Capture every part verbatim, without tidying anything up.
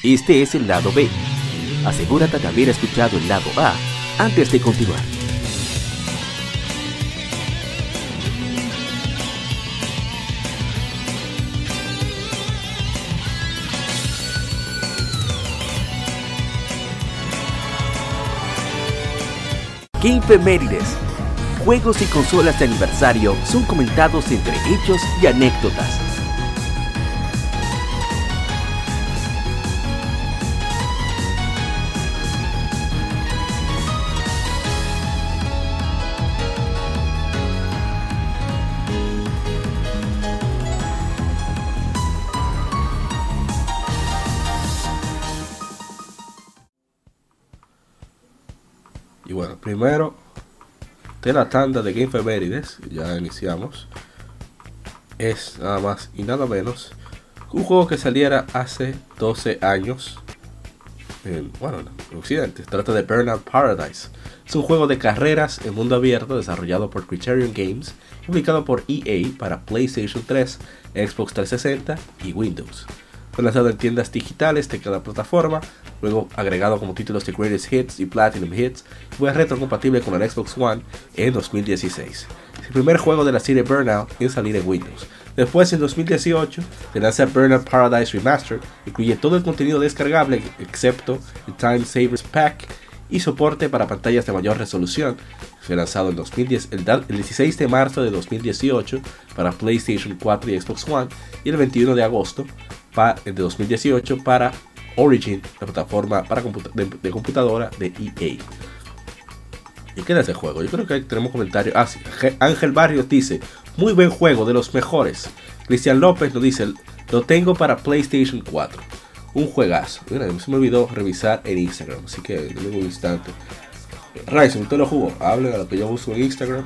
Este es el lado B. Asegúrate de haber escuchado el lado A antes de continuar. Gamefemérides. Juegos y consolas de aniversario son comentados entre hechos y anécdotas. Y bueno, primero de la tanda de Gamefemérides, ya iniciamos, es nada más y nada menos un juego que saliera hace doce años en, bueno, en Occidente. Se trata de Burnout Paradise. Es un juego de carreras en mundo abierto desarrollado por Criterion Games, publicado por E A para PlayStation tres, Xbox trescientos sesenta y Windows. Fue lanzado en tiendas digitales de cada plataforma, luego agregado como títulos de Greatest Hits y Platinum Hits, y fue retrocompatible con el Xbox One en dos mil dieciséis. Es el primer juego de la serie Burnout en salir en Windows. Después, en dos mil dieciocho, se lanza Burnout Paradise Remastered, incluye todo el contenido descargable excepto el Time Savers Pack y soporte para pantallas de mayor resolución. Fue lanzado en dos mil diez, el, el dieciséis de marzo de dos mil dieciocho para PlayStation cuatro y Xbox One, y el veintiuno de agosto de dos mil dieciocho para Origin, la plataforma para computa de, de computadora de E A. ¿Y qué es ese juego? Yo creo que tenemos comentarios. Ah, sí. Ángel Barrios dice: muy buen juego, de los mejores. Cristian López nos dice: lo tengo para PlayStation cuatro. Un juegazo. Mira, se me olvidó revisar en Instagram, así que en un instante. Ryzen, ¿usted lo jugó? Hable a lo que yo uso en Instagram.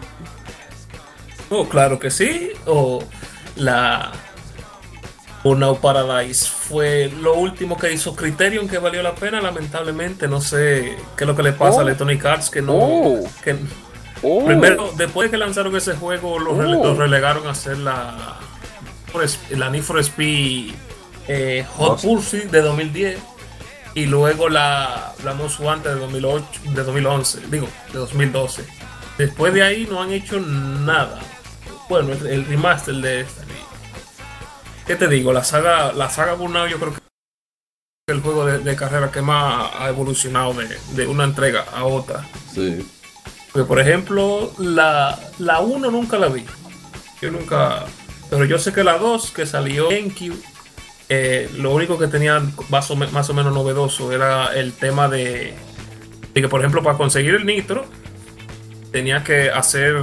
Oh, claro que sí. O la Burnout Paradise fue lo último que hizo Criterion que valió la pena. Lamentablemente, no sé qué es lo que le pasa oh. a Electronic Arts, que no. Oh. Que, oh. Primero, después de que lanzaron ese juego, lo, oh. rele, lo relegaron a hacer la, la Need for Speed eh, Hot Pursuit de dos mil diez. Y luego la, la Most Wanted de dos mil ocho, de dos mil once, digo, de dos mil doce. Después de ahí no han hecho nada. Bueno, el, el remaster de esta. ¿Qué te digo? La saga, la saga Burnout, yo creo que es el juego de, de carrera que más ha evolucionado de, de una entrega a otra. Sí. Porque, por ejemplo, la, la uno nunca la vi. Yo nunca. Pero yo sé que la dos, que salió en GameCube, eh, lo único que tenía más o, más o menos novedoso era el tema de, de que, por ejemplo, para conseguir el nitro, tenías que hacer.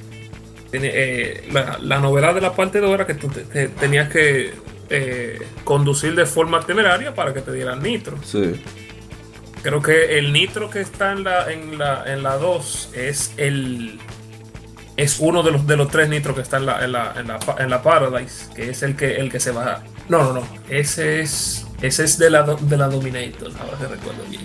Eh, la, la novedad de la parte dos era que tú te, te, tenías que eh, conducir de forma temeraria para que te dieran nitro. Sí. Creo que el nitro que está en la en la en la dos es el es uno de los de los tres nitros que está en la en la, en la, en la Paradise, que es el que el que se va. No, no, no. Ese es ese es de la de la Dominator, ahora que recuerdo bien.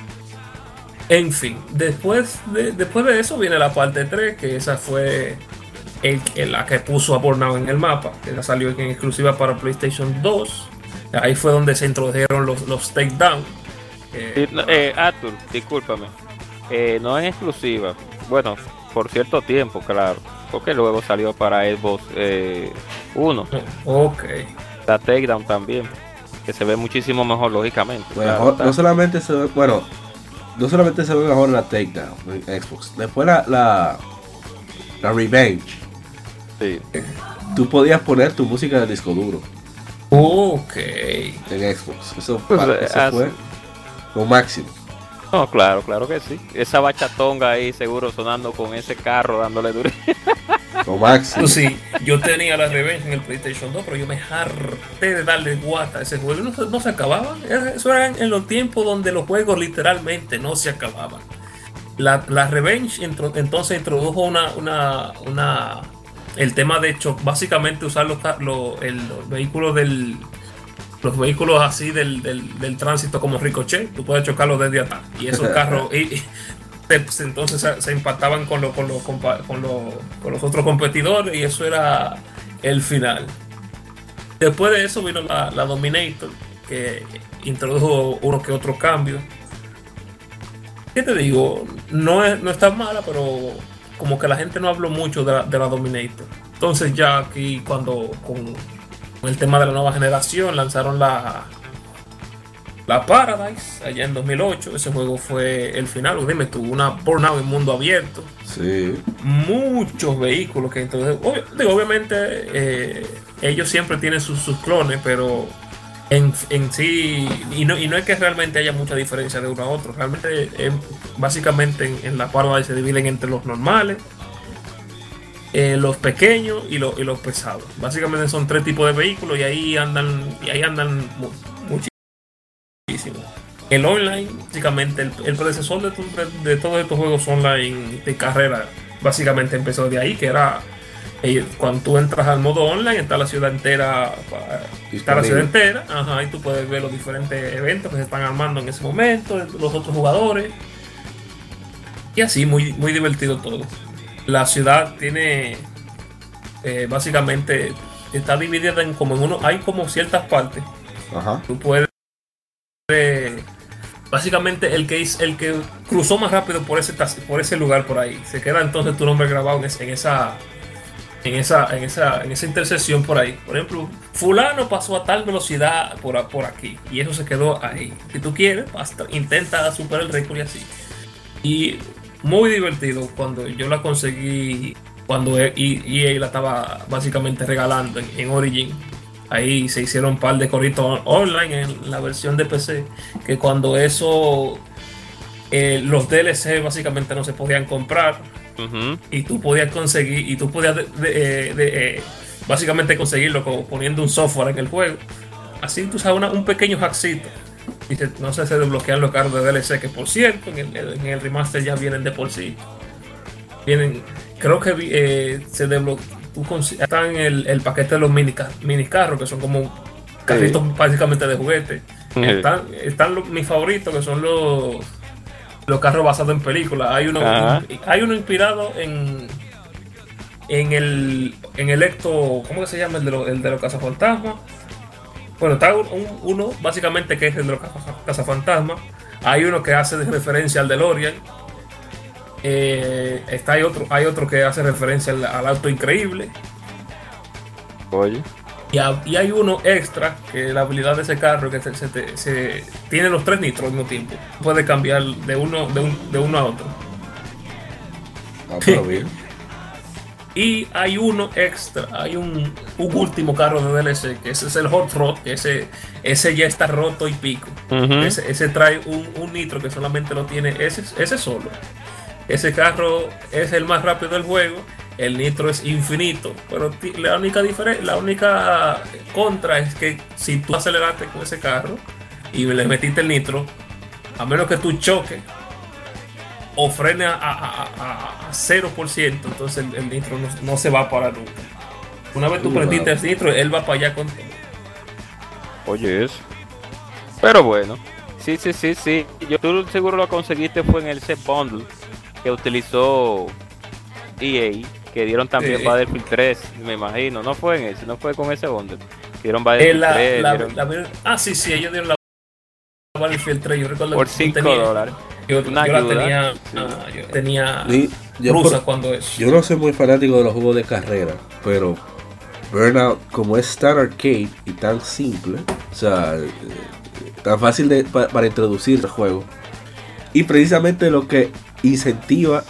En fin, después de después de eso viene la parte tres, que esa fue El, el, la que puso a Burnout en el mapa, que la salió en exclusiva para PlayStation dos. Ahí fue donde se introdujeron los, los takedown. Eh, sí, no, eh, Arthur, discúlpame. Eh, no es exclusiva. Bueno, por cierto tiempo, claro. Porque luego salió para Xbox eh, uno. Ok. La takedown también. Que se ve muchísimo mejor, lógicamente. Bueno, claro, no solamente se ve, bueno, no solamente se ve mejor la takedown en Xbox. Después la, la, la Revenge. Sí. Tú podías poner tu música de disco duro. Ok. En Xbox. Eso, pues, para, eso as... fue lo máximo. No, claro, claro que sí. Esa bachatonga ahí seguro sonando con ese carro dándole duro. Lo máximo. Sí, yo tenía la Revenge en el PlayStation dos, pero yo me harté de darle guata a ese juego. No, no se acababan. Eso era en los tiempos donde los juegos literalmente no se acababan. La, la Revenge intro, entonces introdujo una, una, una el tema de hecho, básicamente usar los, los, el, los vehículos del los vehículos así del, del, del tránsito como Ricochet. Tú puedes chocarlos desde atrás y esos carros y, y, entonces se, se impactaban con, lo, con, lo, con, lo, con los otros competidores y eso era el final. Después de eso vino la, la Dominator, que introdujo uno que otro cambio. ¿Qué te digo? No, es, no está mala, pero como que la gente no habló mucho de la, de la Dominator. Entonces ya aquí cuando con, con el tema de la nueva generación lanzaron la, la Paradise allá en dos mil ocho. Ese juego fue el final. Dime tú, una Burnout en mundo abierto. Sí. Muchos vehículos que entonces, obvio, digo, obviamente eh, ellos siempre tienen sus, sus clones, pero en, en sí, y no, y no es que realmente haya mucha diferencia de uno a otro. Realmente, eh, básicamente en, en la Paradise se dividen entre los normales, eh, los pequeños y, lo, y los pesados. Básicamente son tres tipos de vehículos y ahí andan, y ahí andan muchísimo. El online, básicamente, el, el predecesor de, tu, de todos estos juegos online de carrera, básicamente empezó de ahí, que era eh, cuando tú entras al modo online, está la ciudad entera, está la ciudad entera, ajá, y tú puedes ver los diferentes eventos que se están armando en ese momento, los otros jugadores, y así, muy, muy divertido todo. La ciudad tiene, eh, básicamente, está dividida en como en uno, hay como ciertas partes, ajá. Tú puedes eh, básicamente el que es el que cruzó más rápido por ese por ese lugar por ahí se queda entonces tu nombre grabado en, ese, en esa en esa en esa en esa intersección por ahí. Por ejemplo, fulano pasó a tal velocidad por, por aquí y eso se quedó ahí. Si tú quieres, hasta intenta superar el récord y así. Y muy divertido cuando yo la conseguí, cuando E A la estaba básicamente regalando en, en Origin. Ahí se hicieron un par de coritos online en la versión de P C, que cuando eso, eh, los D L C básicamente no se podían comprar, uh-huh. y tú podías conseguir, y tú podías de, de, de, eh, básicamente conseguirlo como poniendo un software en el juego. Así tú sabes, una, un pequeño hackcito. Y se, no sé, se desbloquean los cargos de D L C, que por cierto, en el, en el remaster ya vienen de por sí. Vienen, creo que eh, se desbloquean. Están en el, el paquete de los mini, mini carros, que son como carritos, sí, básicamente de juguete. Sí. Están, están los, mis favoritos, que son los los carros basados en películas. Hay uno, hay uno inspirado en en el en el Ecto, ¿cómo que se llama? El de, lo, el de los cazafantasmas. Bueno, está un, uno básicamente que es el de los cazafantasmas. Hay uno que hace referencia al DeLorean. Eh, está hay otro hay otro que hace referencia al, al auto increíble. Oye. Y, a, y hay uno extra que la habilidad de ese carro que se, se, se tiene los tres nitros al mismo tiempo. Puede cambiar de uno de, un, de uno a otro. Ah, pero bien. Y hay uno extra, hay un, un último carro de D L C, que ese es el Hot Rod, que ese, ese ya está roto y pico. Uh-huh. Ese, ese trae un, un nitro que solamente lo tiene ese, ese solo. Ese carro es el más rápido del juego, el nitro es infinito, pero la única diferencia, la única contra es que si tú aceleraste con ese carro y le metiste el nitro, a menos que tú choques o frenes a, a, a, a cero por ciento, entonces el, el nitro no, no se va para nunca. Una vez tú uh, prendiste el nitro, él va para allá con todo. Oye, eso. Pero bueno, sí, sí, sí, sí. Yo, tú seguro lo conseguiste fue en el C-Bundle que utilizó E A, que dieron también sí. Battlefield tres, me imagino. No fue en ese, no fue con ese bundle. Dieron Battlefield la, tres. La, dieron... La, ah, sí, sí, ellos dieron la Battlefield tres. Yo recuerdo por cinco dólares. Yo, yo la tenía, sí. ah, yo tenía sí, yo rusa por, cuando es. Yo no soy muy fanático de los juegos de carrera, pero Burnout, como es tan arcade y tan simple, o sea, tan fácil de, para, para introducir el juego, y precisamente lo que incentiva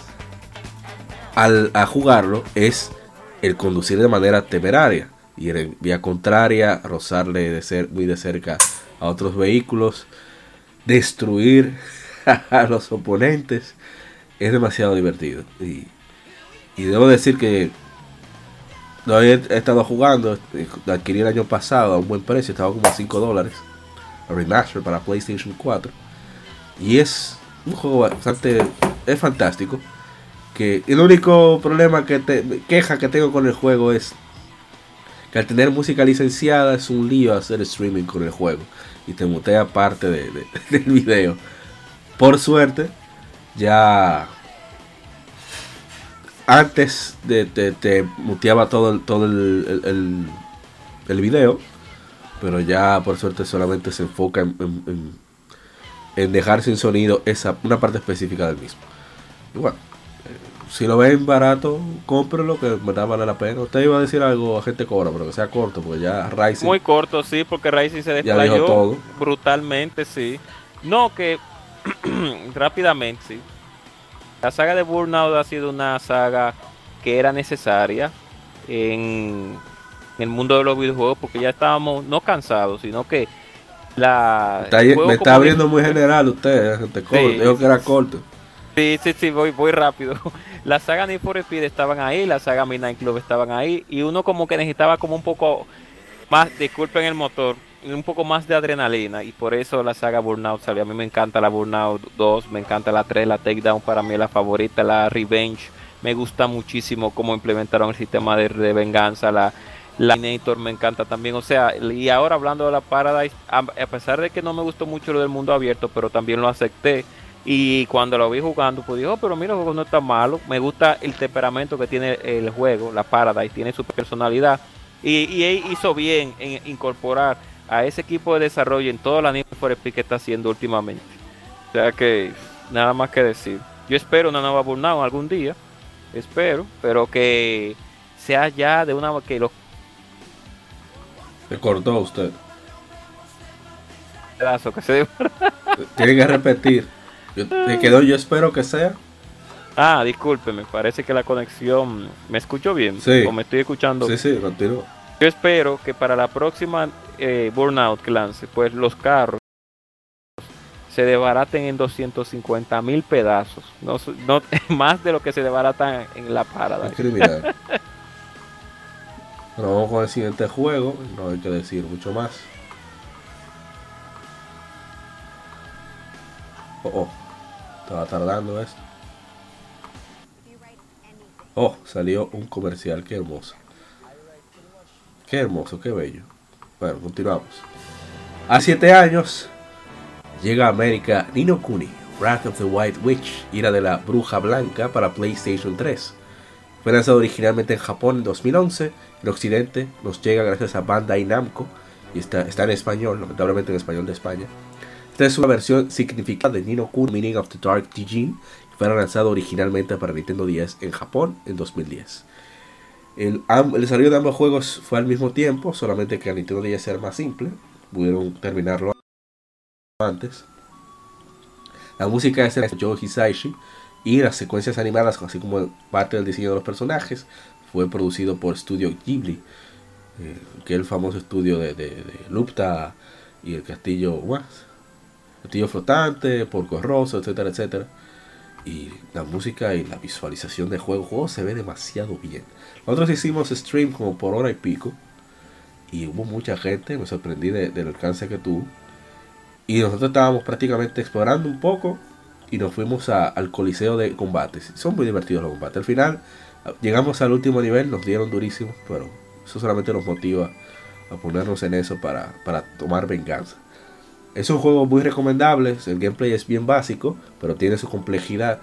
al, a jugarlo es el conducir de manera temeraria, ir en vía contraria, rozarle de ser muy de cerca a otros vehículos, destruir a los oponentes. Es demasiado divertido y, y debo decir que lo he, he estado jugando, lo adquirí el año pasado a un buen precio, estaba como a cinco dólares, el remaster para PlayStation cuatro, y es un juego bastante, es fantástico. Que el único problema que te, queja que tengo con el juego es que al tener música licenciada es un lío hacer streaming con el juego y te mutea parte de, de, del video. Por suerte, ya antes de te, te muteaba todo el, todo el, el, el, el video, pero ya por suerte solamente se enfoca en, en, en, en dejar sin sonido esa una parte específica del mismo. Y bueno, eh, si lo ven barato, cómprelo, que en verdad vale la pena. Usted iba a decir algo a gente cobra, pero que sea corto, porque ya Rising... Muy corto, sí, porque Rising se desplayó todo. brutalmente, sí. No, que rápidamente, sí. La saga de Burnout ha sido una saga que era necesaria en, en el mundo de los videojuegos, porque ya estábamos no cansados, sino que la... Está, me está abriendo muy general usted, gente. Sí, dijo que era corto. Sí, sí, sí, voy, voy rápido. La saga Need for Speed estaban ahí, la saga Midnight Club estaban ahí, y uno como que necesitaba como un poco más, disculpen el motor, un poco más de adrenalina, y por eso la saga Burnout salió. A mí me encanta la Burnout dos, me encanta la tres, la Takedown para mí es la favorita, la Revenge, me gusta muchísimo cómo implementaron el sistema de, de venganza, la la Terminator me encanta también, o sea, y ahora hablando de la Paradise, a, a pesar de que no me gustó mucho lo del mundo abierto, pero también lo acepté. Y cuando lo vi jugando, pues digo, oh, pero mira, el juego no está malo. Me gusta el temperamento que tiene el juego, la Paradise, tiene su personalidad. Y, y él hizo bien en incorporar a ese equipo de desarrollo en toda la Need for Speed que está haciendo últimamente. O sea que, nada más que decir. Yo espero una nueva Burnout algún día. Espero, pero que sea ya de una... que los... Se cortó usted. Pedazo que se... Tiene que repetir. Yo, me quedó, yo espero que sea. Ah, discúlpeme, parece que la conexión... ¿Me escucho bien? Sí. ¿O me estoy escuchando? Sí, sí, continúo. Yo espero que para la próxima eh, Burnout que lance, pues los carros se desbaraten en doscientos cincuenta mil pedazos. No, no más de lo que se desbaratan en la Paradise. Es criminal. Bueno, vamos con el siguiente juego. No hay que decir mucho más. Oh, oh. Estaba tardando esto. Oh, salió un comercial. Qué hermoso. Qué hermoso, qué bello. Bueno, continuamos. A siete años llega a América Ni no Kuni, Wrath of the White Witch, Ira de la Bruja Blanca para PlayStation tres. Fue lanzado originalmente en Japón en dos mil once. En Occidente nos llega gracias a Bandai Namco y está, está en español, lamentablemente en español de España. Esta es una versión significativa de Ni no Kuni, Meaning of the Dark Dijin, que fue lanzado originalmente para Nintendo diez en Japón en dos mil diez. El, el desarrollo de ambos juegos fue al mismo tiempo, solamente que a Nintendo diez era más simple, pudieron terminarlo antes. La música es de Joe Hisaishi y las secuencias animadas, así como parte del diseño de los personajes, fue producido por Studio Ghibli, eh, que es el famoso estudio de, de, de Lupta y el castillo, ¿what? Castillo flotante, Porco Rosso, etcétera, etcétera. Y la música y la visualización del juego, el juego se ve demasiado bien. Nosotros hicimos stream como por hora y pico y hubo mucha gente, me sorprendí de, del alcance que tuvo. Y nosotros estábamos prácticamente explorando un poco y nos fuimos a, al coliseo de combates. Son muy divertidos los combates. Al final llegamos al último nivel, nos dieron durísimos, pero eso solamente nos motiva a ponernos en eso para, para tomar venganza. Es un juego muy recomendable, el gameplay es bien básico, pero tiene su complejidad.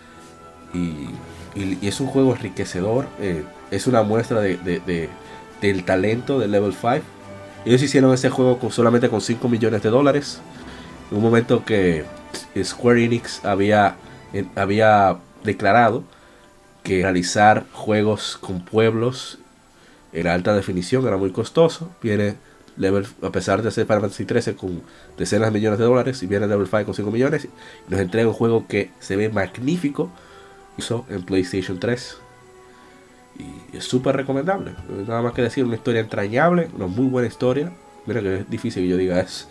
Y, y, y es un juego enriquecedor, eh, es una muestra de, de, de, del talento de Level cinco. Ellos hicieron ese juego con, solamente con cinco millones de dólares. En un momento que Square Enix había, eh, había declarado que realizar juegos con pueblos en alta definición era muy costoso. Viene Level, a pesar de ser Final Fantasy trece con decenas de millones de dólares, y viene Level cinco con cinco millones, y nos entrega un juego que se ve magnífico, hizo en PlayStation tres. Y es súper recomendable. Nada más que decir, una historia entrañable, una muy buena historia. Mira que es difícil que yo diga eso.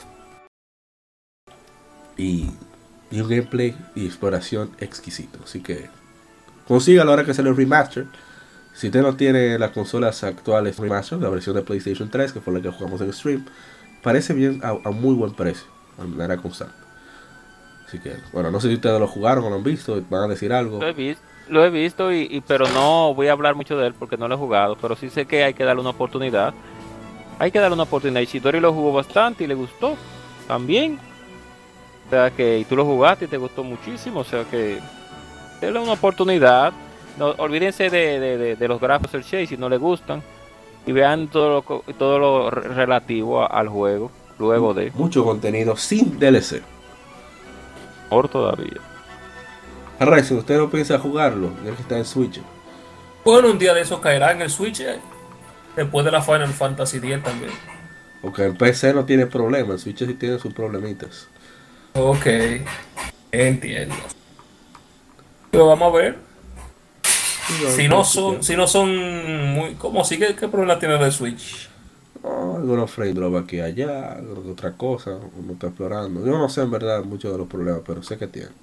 Y, y un gameplay y exploración exquisito. Así que consiga a la hora que sale el remaster. Si usted no tiene las consolas actuales remaster, la versión de PlayStation tres, que fue la que jugamos en stream, parece bien a, a muy buen precio, de manera constante. Así que, bueno, no sé si ustedes lo jugaron o lo han visto, van a decir algo. Lo he visto. Lo he visto, y, y pero no voy a hablar mucho de él porque no lo he jugado, pero sí sé que hay que darle una oportunidad. Hay que darle una oportunidad. Y Chidori lo jugó bastante y le gustó también. O sea que, y tú lo jugaste y te gustó muchísimo. O sea que, denle una oportunidad. No, olvídense de, de, de, de los gráficos del Chase si no le gustan. y vean todo lo, todo lo relativo a, al juego luego de mucho contenido sin D L C. Por todavía. Ryzen, ¿usted no piensa jugarlo? Ya que está en Switch. Bueno, un día de eso caerá en el Switch, eh, después de la Final Fantasy diez también. Porque en P C no tiene problema, el Switch sí tiene sus problemitas. Ok, entiendo. Pero vamos a ver. Si no son, si no son muy, ¿cómo sí? ¿Qué, qué problema tiene el Switch? Oh, algunos frame drop aquí y allá, otra cosa, uno está explorando. Yo no sé en verdad muchos de los problemas, pero sé que tiene.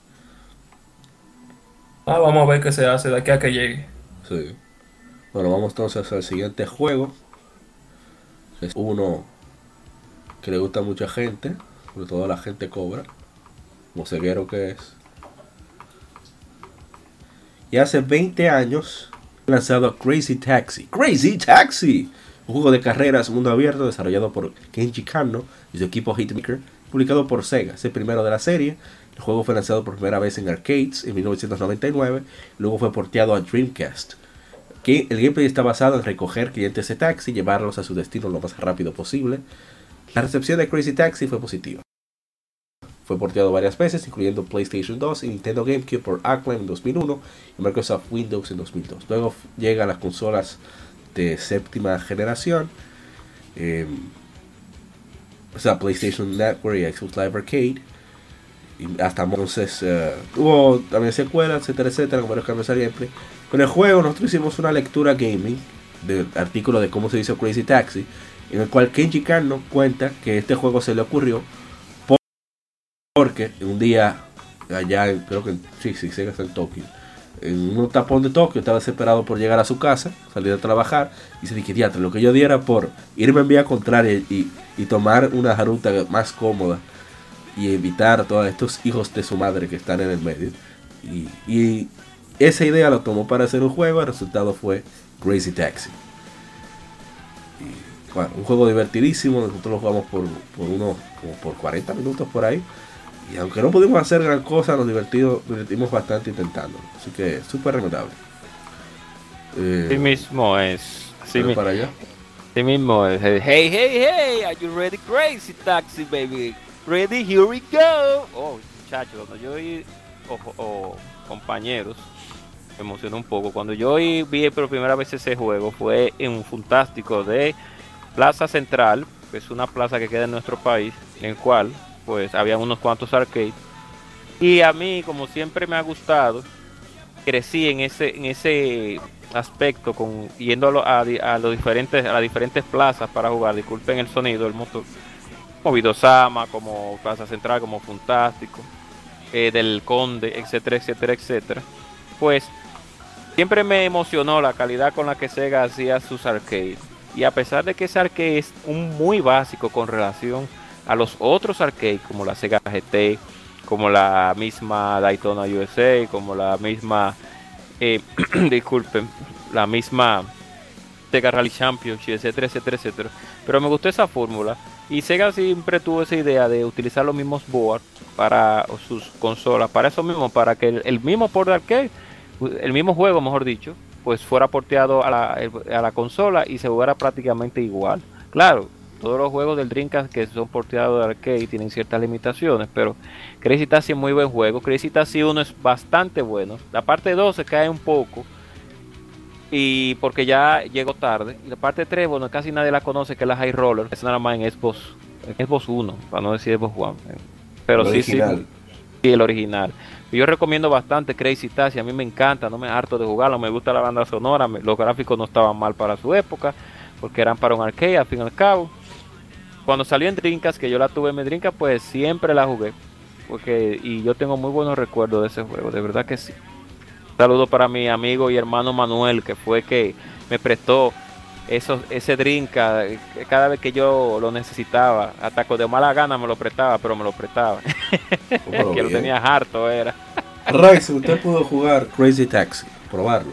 Ah, vamos a ver qué se hace de aquí a que llegue. Sí. Bueno, vamos entonces al siguiente juego. Es uno que le gusta a mucha gente, sobre todo a la gente cobra, como ceguero que es. Y hace veinte años lanzado Crazy Taxi. ¡Crazy Taxi! Un juego de carreras mundo abierto desarrollado por Kenji Kanno y su equipo Hitmaker, publicado por Sega. Es el primero de la serie. El juego fue lanzado por primera vez en arcades en mil novecientos noventa y nueve, luego fue porteado a Dreamcast. El gameplay está basado en recoger clientes de taxi y llevarlos a su destino lo más rápido posible. La recepción de Crazy Taxi fue positiva. Fue porteado varias veces, incluyendo PlayStation dos y Nintendo GameCube por Acclaim en dos mil uno y Microsoft Windows en dos mil dos. Luego llega a las consolas de séptima generación, eh, o sea, PlayStation Network y Xbox Live Arcade. Y hasta entonces uh, hubo también secuelas, etcétera, etcétera, con varios cambios al gameplay. Con el juego nosotros hicimos una lectura gaming del artículo de cómo se hizo Crazy Taxi, en el cual Kenji Kanno cuenta que este juego se le ocurrió porque un día allá, en, creo que en, sí, sí, sí, en Tokio, en un tapón de Tokio, estaba desesperado por llegar a su casa, salir a trabajar, y se dije, diatre, lo que yo diera por irme en vía contraria y, y tomar una ruta más cómoda y evitar a todos estos hijos de su madre que están en el medio. Y, y esa idea lo tomó para hacer un juego, el resultado fue Crazy Taxi. Y, bueno, un juego divertidísimo, nosotros lo jugamos por, por unos como por cuarenta minutos por ahí. Y aunque no pudimos hacer gran cosa, nos divertimos, divertimos bastante intentándolo. Así que súper recomendable. Eh, sí mismo es. Sí, mi, para allá. Sí mismo es. Hey, hey, hey, are you ready, Crazy Taxi, baby? Ready, here we go. Oh, muchachos, cuando yo vi, o, o compañeros, me emocionó un poco. Cuando yo vi por primera vez ese juego, fue en un fantástico de Plaza Central, que es una plaza que queda en nuestro país, en el cual pues había unos cuantos arcades, y a mí, como siempre me ha gustado, crecí en ese en ese aspecto, con yendo a, lo, a, a los diferentes a las diferentes plazas para jugar. Disculpen el sonido del motor, como Vidosama, como Plaza Central, como Fantástico, eh, del Conde, etcétera, etcétera, etcétera. Pues siempre me emocionó la calidad con la que Sega hacía sus arcades, y a pesar de que ese arcade es un muy básico con relación a los otros arcades, como la Sega G T, como la misma Daytona U S A, como la misma eh, disculpen, la misma Sega Rally Championship, etcétera, etcétera, etcétera. Pero me gustó esa fórmula, y Sega siempre tuvo esa idea de utilizar los mismos boards para sus consolas, para eso mismo, para que el, el mismo port de arcade, el mismo juego, mejor dicho, pues fuera porteado a la, a la consola y se jugara prácticamente igual. Claro, todos los juegos del Dreamcast que son porteados de arcade tienen ciertas limitaciones, pero Crazy Taxi es muy buen juego. Crazy Taxi uno es bastante bueno. La parte dos se cae un poco, y porque ya llegó tarde. Y la parte tres, bueno, casi nadie la conoce, que es la High Roller. Es nada más en Xbox, en Xbox uno, para no decir Xbox One. Pero sí, sí, sí, el original. Yo recomiendo bastante Crazy Taxi, a mí me encanta, no me harto de jugarlo, me gusta la banda sonora, me, los gráficos no estaban mal para su época, porque eran para un arcade al fin y al cabo. Cuando salió en Dreamcast, que yo la tuve en mi Dreamcast, pues siempre la jugué, porque y yo tengo muy buenos recuerdos de ese juego, de verdad que sí. Saludo para mi amigo y hermano Manuel, que fue que me prestó eso, ese Dreamcast cada vez que yo lo necesitaba, hasta con de mala gana me lo prestaba, pero me lo prestaba. Oh, que lo tenía harto era. Rice, usted pudo jugar Crazy Taxi, probarlo.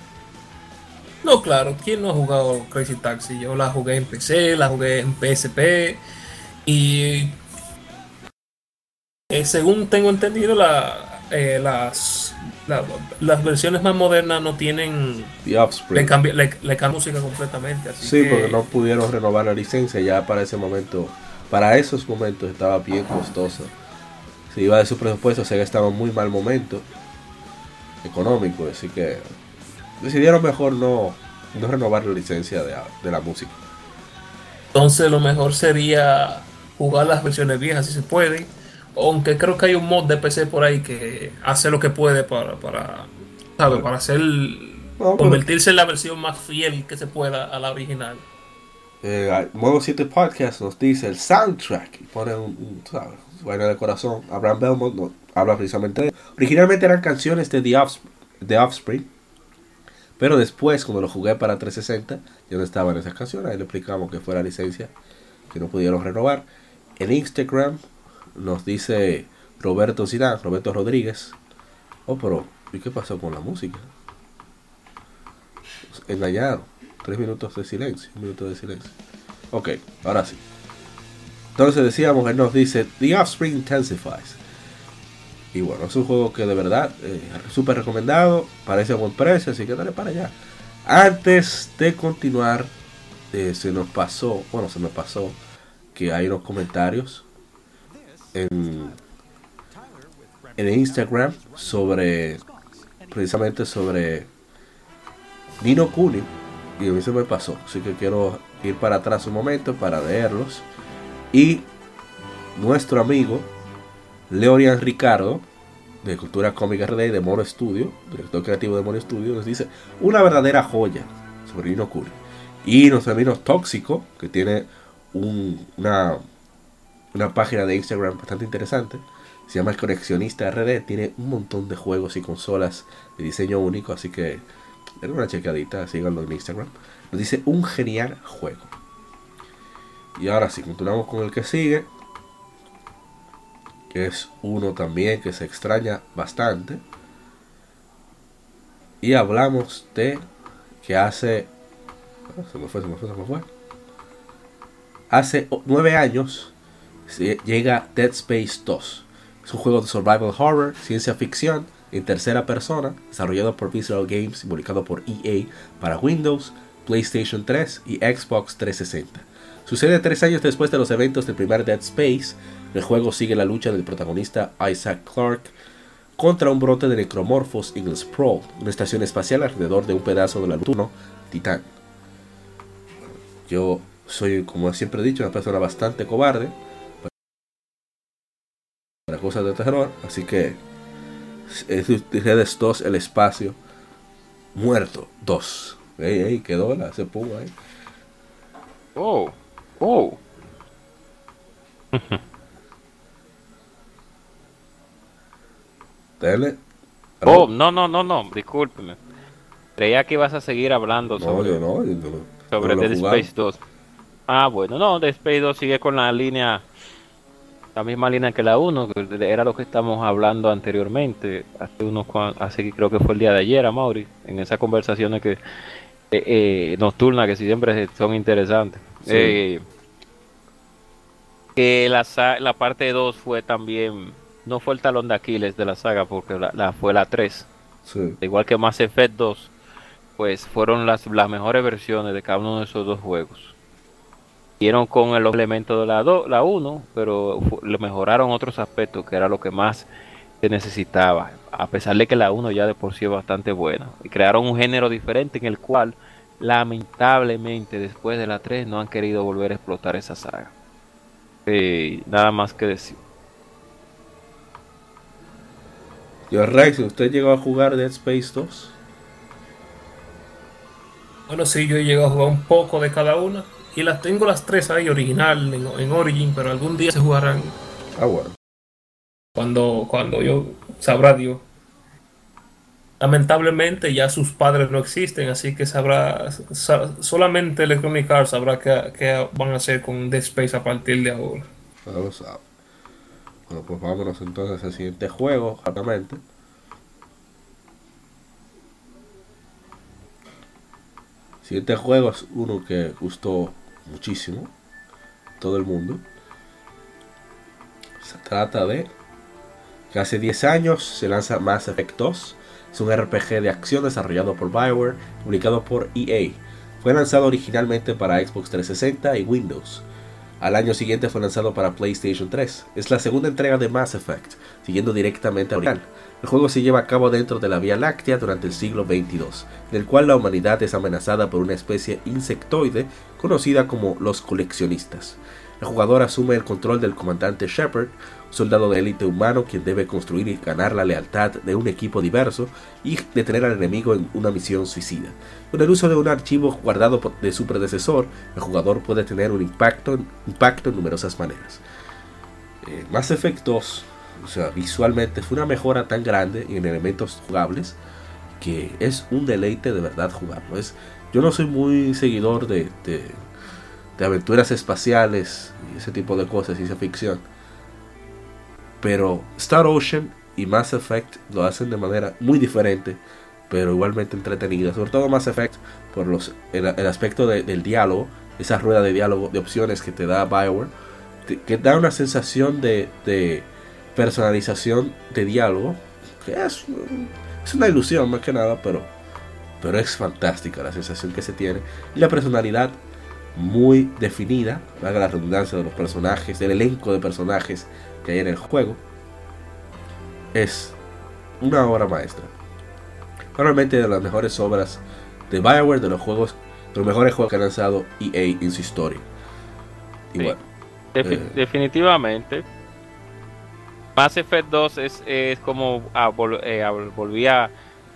No, claro, ¿quién no ha jugado Crazy Taxi? Yo la jugué en P C, la jugué en P S P, y eh, según tengo entendido, la, eh, las La- las versiones más modernas no tienen. The Le Offspring. cambia, le, le cambia música completamente. Así Sí, que, porque no pudieron renovar la licencia ya para ese momento. Para esos momentos estaba bien costosa. Se iba de su presupuesto, Sega estaba en muy mal momento económico, así que decidieron mejor no, no renovar la licencia de, de la música. Entonces lo mejor sería jugar las versiones viejas si se puede. Aunque creo que hay un mod de P C por ahí que hace lo que puede para, para, ¿sabe? Para hacer No, pero convertirse en la versión más fiel que se pueda a la original. eh, Modo siete Podcast nos dice el soundtrack y pone un, un ¿sabes? Vaina de corazón. Abraham Belmont no, habla precisamente de. Originalmente eran canciones de The Offspring, The Offspring, pero después, cuando lo jugué para trescientos sesenta, ya no estaban esas canciones. Ahí le explicamos que fue la licencia que no pudieron renovar. En Instagram nos dice Roberto Zidane, Roberto Rodríguez. Oh, pero ¿y qué pasó con la música? Engañaron. Tres minutos de silencio. Un minuto de silencio. Ok, ahora sí. Entonces decíamos, él nos dice The Offspring Intensifies. Y bueno, es un juego que de verdad eh, súper recomendado. Parece a buen precio, así que dale para allá. Antes de continuar, eh, se nos pasó, bueno, se me pasó que hay unos comentarios en, en Instagram sobre, precisamente sobre Ni no Kuni. Y a mí se me pasó, así que quiero ir para atrás un momento para leerlos. Y nuestro amigo Leorian Ricardo, de Cultura Cómica R D y de Mono Studio, director creativo de Mono Studio, nos dice una verdadera joya sobre Ni no Kuni. Y nuestro amigo Tóxico, que tiene un, una, una página de Instagram bastante interesante, se llama El Coleccionista R D, tiene un montón de juegos y consolas de diseño único, así que denle una checadita, síganlo en Instagram. Nos dice un genial juego. Y ahora sí, continuamos con el que sigue, que es uno también que se extraña bastante. Y hablamos de que hace... Oh, se me fue, se me fue, se me fue. Hace nueve años llega Dead Space dos. Es un juego de survival horror, ciencia ficción, en tercera persona, desarrollado por Visceral Games y publicado por E A para Windows, PlayStation tres y Xbox trescientos sesenta. Sucede tres años después de los eventos del primer Dead Space. El juego sigue la lucha del protagonista Isaac Clarke contra un brote de necromorfos en el Sprawl, una estación espacial alrededor de un pedazo de la luna Titán. Yo soy, como siempre he dicho, una persona bastante cobarde para cosas de terror, así que Redes dos, el espacio muerto dos. Ey, ey, quedó la, se pudo ahí. Oh, oh. Dele. Oh, no, no, no, no, discúlpeme. Creía que ibas a seguir hablando No, sobre, yo no, yo no, sobre no Dead lo jugaba. Space dos. Ah, bueno, no, Dead Space dos sigue con la línea, la misma línea que la uno, que era lo que estamos hablando anteriormente, hace unos cuan- hace creo que fue el día de ayer, a Mauri, en esas conversaciones que eh, eh, nocturnas que siempre son interesantes. Sí. Eh, que la, sa- la parte dos fue también, no fue el talón de Aquiles de la saga, porque la, la- fue la tres. Sí. Igual que Mass Effect dos, pues fueron las, las mejores versiones de cada uno de esos dos juegos. Dieron con el elemento de la do, la uno, pero fu- le mejoraron otros aspectos que era lo que más se necesitaba, a pesar de que la uno ya de por sí es bastante buena. Y crearon un género diferente en el cual lamentablemente después de la tres no han querido volver a explotar esa saga. Eh, nada más que decir. Yo, Rex, ¿usted llegó a jugar Dead Space dos? Bueno, sí, yo he llegado a jugar un poco de cada una. Y las tengo las tres ahí original en, en Origin, pero algún día se jugarán Ah, bueno. cuando, cuando yo sabrá Dios. Lamentablemente ya sus padres no existen, así que sabrá sa- solamente Electronic Arts sabrá qué, qué van a hacer con Dead Space a partir de ahora. No lo sabe. Bueno, pues vámonos entonces al siguiente juego, rápidamente. El siguiente juego es uno que gustó muchísimo todo el mundo. Se trata de que hace diez años se lanza Mass Effect dos, Es un R P G de acción desarrollado por BioWare, publicado por E A. Fue lanzado originalmente para Xbox trescientos sesenta y Windows. Al año siguiente fue lanzado para PlayStation tres. Es la segunda entrega de Mass Effect, siguiendo directamente al original. El juego se lleva a cabo dentro de la Vía Láctea durante el siglo veintidós, en el cual la humanidad es amenazada por una especie insectoide conocida como los coleccionistas. El jugador asume el control del comandante Shepard, un soldado de élite humano quien debe construir y ganar la lealtad de un equipo diverso y detener al enemigo en una misión suicida. Con el uso de un archivo guardado de su predecesor, el jugador puede tener un impacto, impacto en numerosas maneras. Eh, Mass Effect dos, o sea, visualmente fue una mejora tan grande en elementos jugables que es un deleite de verdad jugarlo. Es, yo no soy muy seguidor de, de, de aventuras espaciales y ese tipo de cosas, ciencia ficción, pero Star Ocean y Mass Effect lo hacen de manera muy diferente, pero igualmente entretenida. Sobre todo Mass Effect por los, el, el aspecto de, del diálogo, esa rueda de diálogo, de opciones que te da BioWare, te, que da una sensación de, de personalización de diálogo, que es, es una ilusión más que nada, pero, pero es fantástica la sensación que se tiene. Y la personalidad muy definida, valga la redundancia, de los personajes, del elenco de personajes que hay en el juego, es una obra maestra. Probablemente de las mejores obras de BioWare, de los juegos, de los mejores juegos que ha lanzado E A en su historia. Y sí, bueno, Defi- eh, definitivamente Mass Effect dos es, es como ah, vol- eh, ah, volvía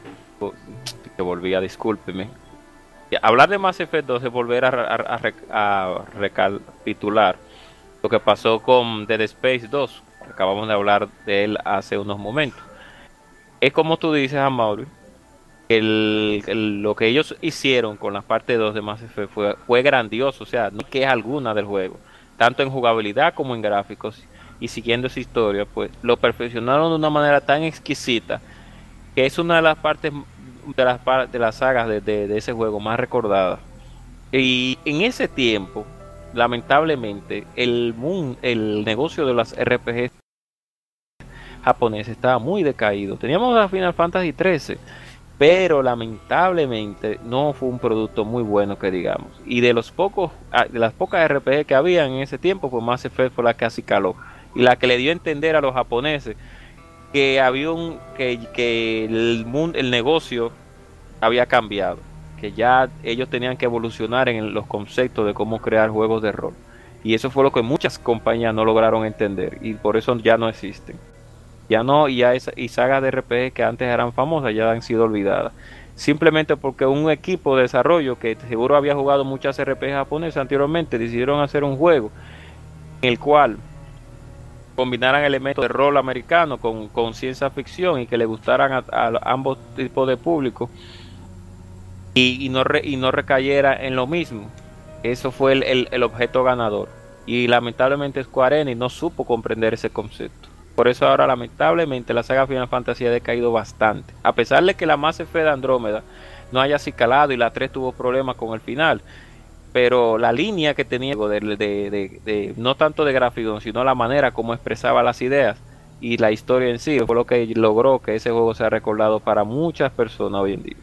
que volvía, discúlpeme. Hablar de Mass Effect dos es volver a, a, a, rec- a recapitular lo que pasó con Dead Space dos. Acabamos de hablar de él hace unos momentos. Es como tú dices, Amaury, el, el- lo que ellos hicieron con la parte dos de Mass Effect fue, fue grandioso. O sea, no hay queja alguna del juego, tanto en jugabilidad como en gráficos. Y siguiendo esa historia, pues lo perfeccionaron de una manera tan exquisita que es una de las partes de las, par- de las sagas de, de, de ese juego más recordadas. Y en ese tiempo, lamentablemente, el, mundo, el negocio de las R P Gs japoneses estaba muy decaído. Teníamos a Final Fantasy trece, pero lamentablemente no fue un producto muy bueno que digamos. Y de los pocos, de las pocas R P G que había en ese tiempo, pues Mass Effect fue la que así caló y la que le dio a entender a los japoneses que había un que, que el mundo, el negocio había cambiado, que ya ellos tenían que evolucionar en los conceptos de cómo crear juegos de rol. Y eso fue lo que muchas compañías no lograron entender y por eso ya no existen. Ya no, y, ya esa, y sagas de R P G que antes eran famosas ya han sido olvidadas. Simplemente porque un equipo de desarrollo que seguro había jugado muchas R P G japonesas anteriormente decidieron hacer un juego en el cual combinaran elementos de rol americano con, con ciencia ficción y que le gustaran a, a ambos tipos de público y, y, no re, y no recayera en lo mismo. Eso fue el, el, el objeto ganador. Y lamentablemente Square Enix no supo comprender ese concepto. Por eso ahora lamentablemente la saga Final Fantasy ha decaído bastante. A pesar de que la Mass Effect Andrómeda no haya acicalado y la tres tuvo problemas con el final. Pero la línea que tenía de, de, de, de no tanto de gráfico, sino la manera como expresaba las ideas y la historia en sí, fue lo que logró que ese juego sea recordado para muchas personas hoy en día.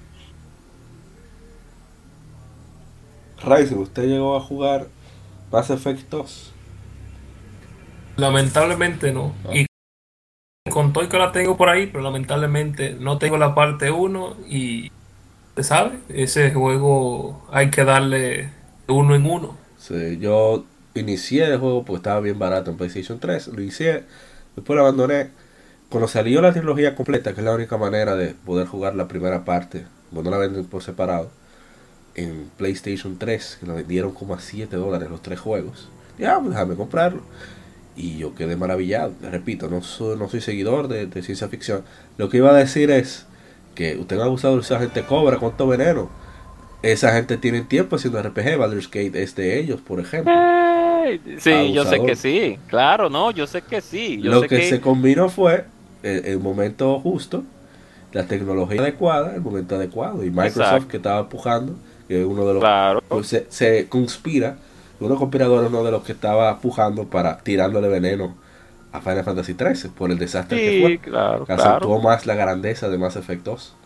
Ryzen, ¿usted llegó a jugar Mass Effect dos? Lamentablemente no. Ah. Y con todo y que la tengo por ahí, pero lamentablemente no tengo la parte uno y ¿te sabe? Ese juego hay que darle uno en uno. Sí, yo inicié el juego porque estaba bien barato en PlayStation tres, lo inicié, después lo abandoné. Cuando salió la trilogía completa, que es la única manera de poder jugar la primera parte, cuando la venden por separado, en PlayStation tres, que lo vendieron como a siete dólares los tres juegos, ya, pues déjame comprarlo. Y yo quedé maravillado. Les repito, no soy, no soy seguidor de, de ciencia ficción. Lo que iba a decir es que usted ha abusado de esa gente cobra, cuánto veneno. Esa gente tiene tiempo haciendo R P G. Baldur's Gate es de ellos, por ejemplo. Hey, sí, Abusador. Yo sé que sí. Claro, no, yo sé que sí. Yo Lo sé que, que se combinó fue el, el momento justo, la tecnología adecuada, el momento adecuado. Y Microsoft, Exacto. que estaba empujando, que es uno de los... Claro. Pues se, se conspira. Uno conspirador es uno de los que estaba pujando para tirándole veneno a Final Fantasy trece por el desastre Sí, que fue. claro, Que acentuó claro. más la grandeza de Mass Effect dos.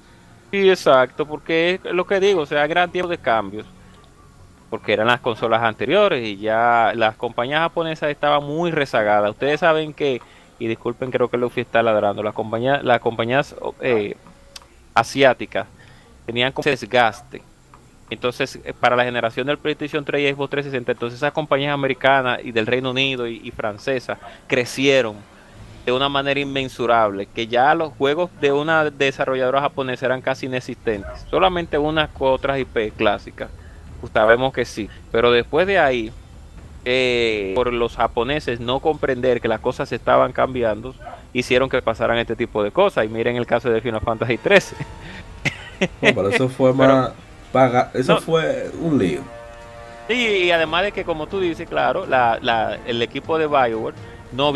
Sí, exacto, porque es lo que digo, o sea, gran tiempo de cambios, porque eran las consolas anteriores y ya las compañías japonesas estaban muy rezagadas. Ustedes saben que, y disculpen, creo que Luffy está ladrando, las compañías, las compañías eh, asiáticas tenían como desgaste. Entonces, eh, para la generación del PlayStation tres y Xbox trescientos sesenta, entonces esas compañías americanas y del Reino Unido y, y francesas crecieron de una manera inmensurable, que ya los juegos de una desarrolladora japonesa eran casi inexistentes, solamente unas cu otras I P clásicas, pues sabemos que sí, pero después de ahí, eh, por los japoneses no comprender que las cosas estaban cambiando, hicieron que pasaran este tipo de cosas, y miren el caso de Final Fantasy trece. No, pero eso fue Pero, más paga, eso no, fue un lío. sí, y además de que como tú dices, claro, la, la, el equipo de BioWare no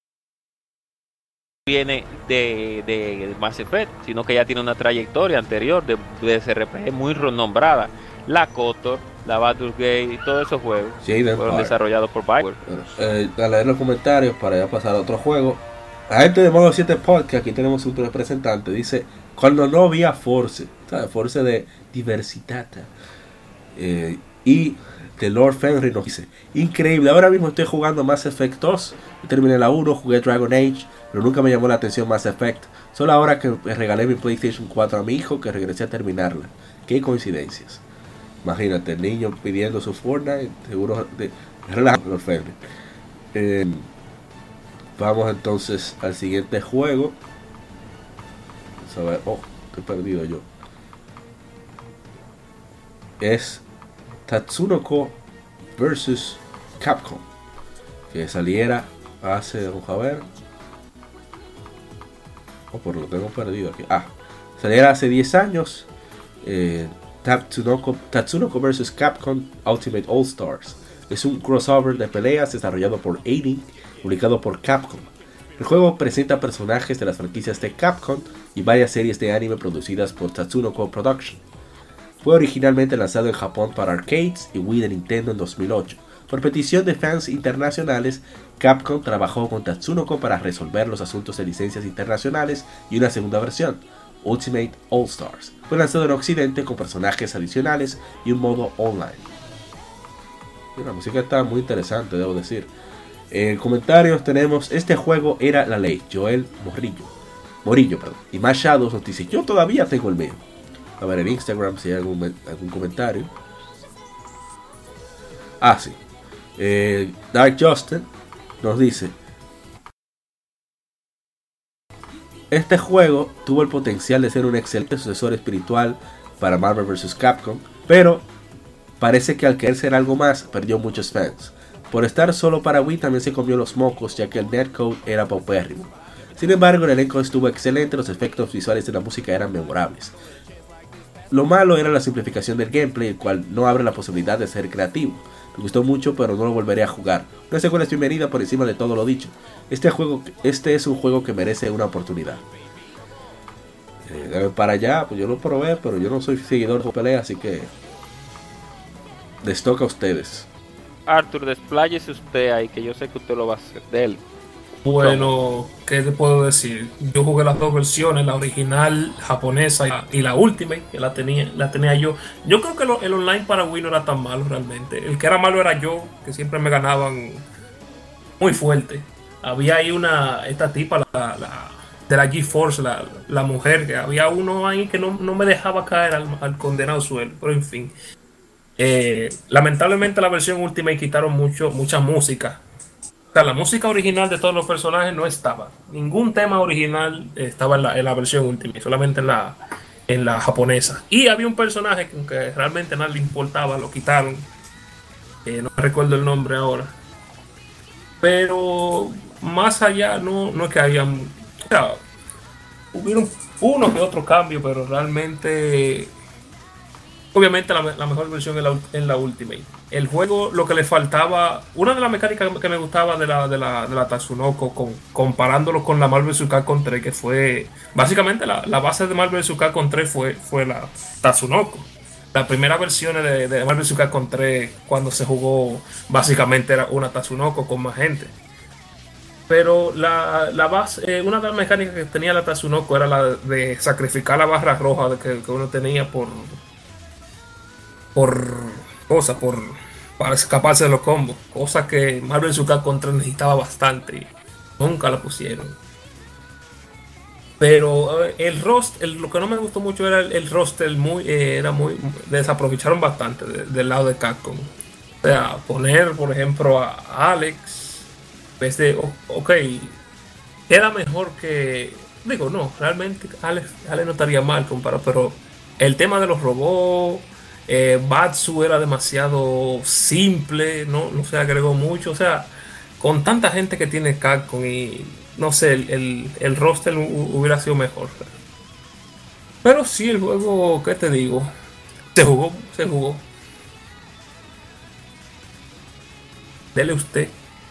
viene de, de Mass Effect, sino que ya tiene una trayectoria anterior de, de S R P G muy renombrada. La KOTOR, la Baldur's Gate y todos esos juegos Jade fueron Empire. desarrollados por BioWare. Bueno, eh, a leer los comentarios para ya pasar a otro juego. La gente de Modo siete Podcast, aquí tenemos un representante, dice, cuando no había Force, ¿sabes? Force de diversidad. Eh, y de Lord Fenrir nos dice, increíble, ahora mismo estoy jugando Mass Effect dos, yo terminé la uno, jugué Dragon Age, pero nunca me llamó la atención Mass Effect, solo ahora que regalé mi PlayStation cuatro a mi hijo que regresé a terminarla. Qué coincidencias. Imagínate, el niño pidiendo su Fortnite, seguro de relajado Lord Fenrir. Eh, vamos entonces al siguiente juego. Vamos a ver, oh, estoy perdido yo. Es Tatsunoko versus Capcom, que saliera hace, vamos a ver, oh, por lo tengo perdido aquí, ah, saliera hace diez años, eh, Tatsunoko, Tatsunoko versus Capcom Ultimate All Stars. Es un crossover de peleas desarrollado por A-Link, publicado por Capcom. El juego presenta personajes de las franquicias de Capcom y varias series de anime producidas por Tatsunoko Production. Fue originalmente lanzado en Japón para arcades y Wii de Nintendo en dos mil ocho. Por petición de fans internacionales, Capcom trabajó con Tatsunoko para resolver los asuntos de licencias internacionales y una segunda versión, Ultimate All Stars. Fue lanzado en Occidente con personajes adicionales y un modo online. Y la música está muy interesante, debo decir. En comentarios tenemos, este juego era la ley, Joel Morillo. Morillo, perdón. Y más Shadows nos dice, yo todavía tengo el mío. A ver en Instagram si hay algún, algún comentario. Ah, sí. Eh, Dark Justin nos dice, este juego tuvo el potencial de ser un excelente sucesor espiritual para Marvel versus. Capcom, pero parece que al querer ser algo más, perdió muchos fans. Por estar solo para Wii también se comió los mocos, ya que el netcode era paupérrimo. Sin embargo, el elenco estuvo excelente, los efectos visuales de la música eran memorables. Lo malo era la simplificación del gameplay, el cual no abre la posibilidad de ser creativo. Me gustó mucho, pero no lo volveré a jugar. Una secuela es bienvenida por encima de todo lo dicho. Este juego, este es un juego que merece una oportunidad. Eh, para allá, pues yo lo probé, pero yo no soy seguidor de pelea, así que les toca a ustedes. Arthur, despláyese usted ahí, que yo sé que usted lo va a hacer de él. Bueno, ¿qué te puedo decir? Yo jugué las dos versiones, la original japonesa y la, y la Ultimate, que la tenía, la tenía yo. Yo creo que lo, el online para Wii no era tan malo realmente. El que era malo era yo, que siempre me ganaban muy fuerte. Había ahí una, esta tipa, la, la de la GeForce, la, la mujer, que había uno ahí que no, no me dejaba caer al, al condenado suelo, pero en fin. Eh, lamentablemente la versión Ultimate quitaron mucho, mucha música. O sea, la música original de todos los personajes no estaba. Ningún tema original estaba en la, en la versión Ultimate, solamente en la, en la japonesa. Y había un personaje que aunque realmente nada le importaba, lo quitaron. Eh, no recuerdo el nombre ahora. Pero más allá no, no es que había... O sea, hubieron uno que otro cambio, pero realmente... Obviamente la, la mejor versión en la, en la Ultimate. El juego, lo que le faltaba, una de las mecánicas que me gustaba de la, de la, de la Tatsunoko, con, comparándolo con la Marvel versus. Capcom tres, que fue básicamente la, la base de Marvel versus. Capcom tres fue, fue la Tatsunoko. La primera versión de, de Marvel versus. Capcom tres, cuando se jugó, básicamente era una Tatsunoko con más gente. Pero la, la base, eh, una de las mecánicas que tenía la Tatsunoko era la de sacrificar la barra roja de que, que uno tenía por por cosa, por para escaparse de los combos, cosa que Marvel Suka contra necesitaba bastante y nunca la pusieron. Pero eh, el roster, el- lo que no me gustó mucho era el, el roster muy, eh, era muy, desaprovecharon bastante de- del lado de Capcom. O sea, poner, por ejemplo, a Alex, en vez de, o- ok, era mejor que, digo, no, realmente Alex, Alex no estaría mal comparado, pero el tema de los robots, eh, Batsu era demasiado simple, no, no se agregó mucho, o sea, con tanta gente que tiene Capcom y no sé, el, el, el roster hu- hubiera sido mejor. Pero sí, el juego, ¿qué te digo? Se jugó, se jugó. Dele usted.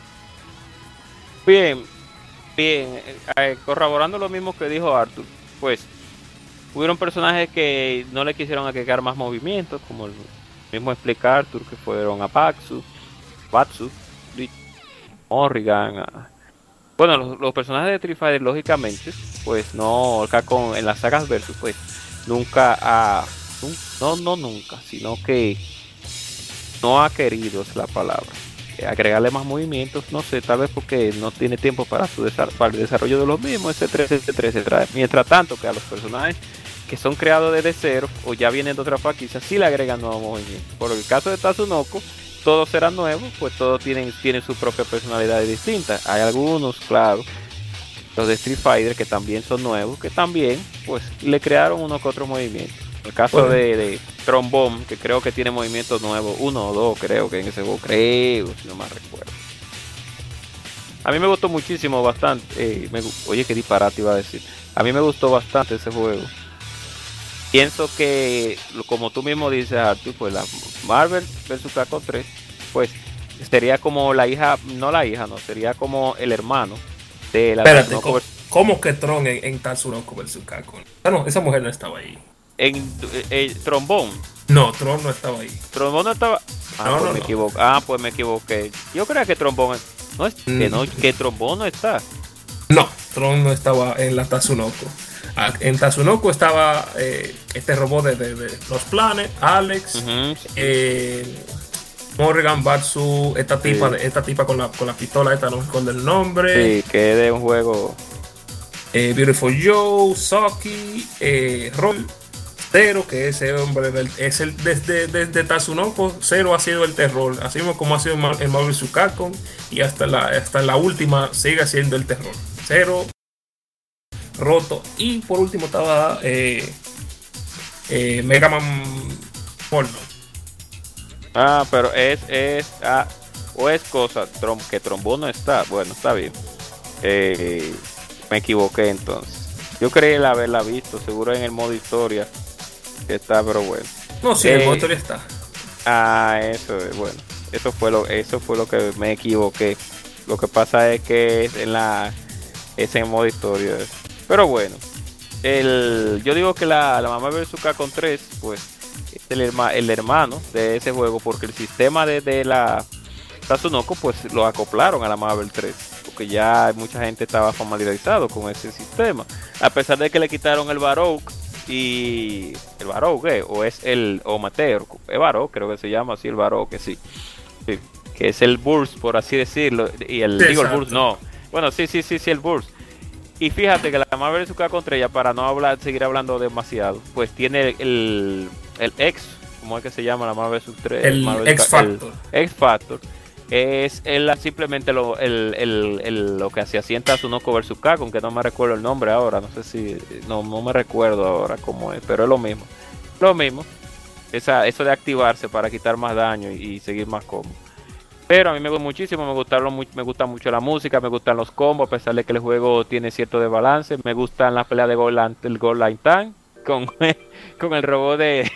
Bien, bien, eh, eh, corroborando lo mismo que dijo Arthur, pues hubieron personajes que no le quisieron agregar más movimientos, como el mismo explica Arthur, que fueron a Paxu, Batsu, Lich, Morrigan. a- Bueno, los, los personajes de Street Fighter, lógicamente, pues no, acá con, en las sagas Versus, pues nunca ha, nun- no, no nunca, sino que no ha querido, es la palabra, eh, agregarle más movimientos, no sé, tal vez porque no tiene tiempo para su desar- para el desarrollo de los mismos, etcétera, etcétera, etcétera. Mientras tanto, que a los personajes que son creados desde cero o ya vienen de otra franquicia, sí le agregan nuevos movimientos. Por el caso de Tatsunoko, todos serán nuevos, pues todos tienen, tienen su propia personalidad distinta. Hay algunos, claro, los de Street Fighter que también son nuevos, que también pues le crearon uno que otro movimiento. El caso Bueno. de, de Trombone, que creo que tiene movimientos nuevos, uno o dos creo que en ese juego, creo, si no me recuerdo. A mí me gustó muchísimo, bastante. eh, me gu- oye, qué disparate iba a decir. A mí me gustó bastante ese juego. Pienso que, lo- como tú mismo dices, Arthur, pues la Marvel versus. Capcom tres, pues sería como la hija, no la hija, no, sería como el hermano de la Espérate, Tatsunoko ¿cómo, vers- cómo que Tron en, en Tatsunoko versus Capcom? Ah, no, esa mujer no estaba ahí. en eh, eh, Trombone. No, Tron no estaba ahí. Trombone no estaba. Ah, No, pues no, me no. equivoqué. Ah, pues me equivoqué. Yo creía que Trombone no es que Mm. no, que Trombone no está. No, Tron no estaba en la Tatsunoko. Ah, en Tatsunoko estaba eh, este robot de, de- de los planes, Alex, Ujú. eh, Morrigan, Batsu, esta tipa, Sí. de- esta tipa con la, con la pistola, esta no recuerdo el nombre, Sí, que es de un juego. eh, Beautiful Joe, Saki, eh, Roll, Zero, que ese hombre del- es el desde, desde Tatsunoko, Zero ha sido el terror, así mismo como ha sido en Mar- en Marvel vs. Capcom y hasta la, hasta la última sigue siendo el terror. Zero, roto. Y por último estaba eh, eh, Mega Man Porno. Ah, pero es, es, ah, o es cosa, trom, que Trombone no está. Bueno, está bien. Eh, me equivoqué entonces. Yo creí el haberla visto, seguro en el modo historia que está, pero bueno. No, sí, Eh, el motor está. Ah, eso es bueno. Eso fue lo, eso fue lo que me equivoqué. Lo que pasa es que es en la, es en modo historia. Pero bueno, el, yo digo que la, la mamá versus. Capcom tres, pues es el, herma, el hermano de ese juego, porque el sistema de, de la Tatsunoko, pues lo acoplaron a la Marvel tres, porque ya mucha gente estaba familiarizado con ese sistema, a pesar de que le quitaron el Baroque y el Baroque, ¿eh? O es el o Mateo, es Baroque, creo que se llama así, el Baroque, sí, sí, que es el Burst, por así decirlo, y el Sí, digo el exacto. Burst, no, bueno, sí, sí, sí, sí, el Burst. Y fíjate que la Marvel versus. Capcom tres, ya para no hablar, seguir hablando demasiado, pues tiene el, el X, ¿cómo es que se llama la Marvel versus. tres? El Marvel X Ca- el Factor. X Factor. Es el, simplemente lo, el, el, el- lo que se hacía en Tatsunoko versus. Capcom, que no me recuerdo el nombre ahora, no sé si, no, no me recuerdo ahora cómo es, pero es lo mismo. Lo mismo, esa, eso de activarse para quitar más daño y, y seguir más cómodo. Pero a mí me gusta muchísimo, me gustaron, mu- me gusta mucho la música, me gustan los combos, a pesar de que el juego tiene cierto desbalance. Me gustan las peleas de Gold Line, el Gold Line Tank con, con el robot de...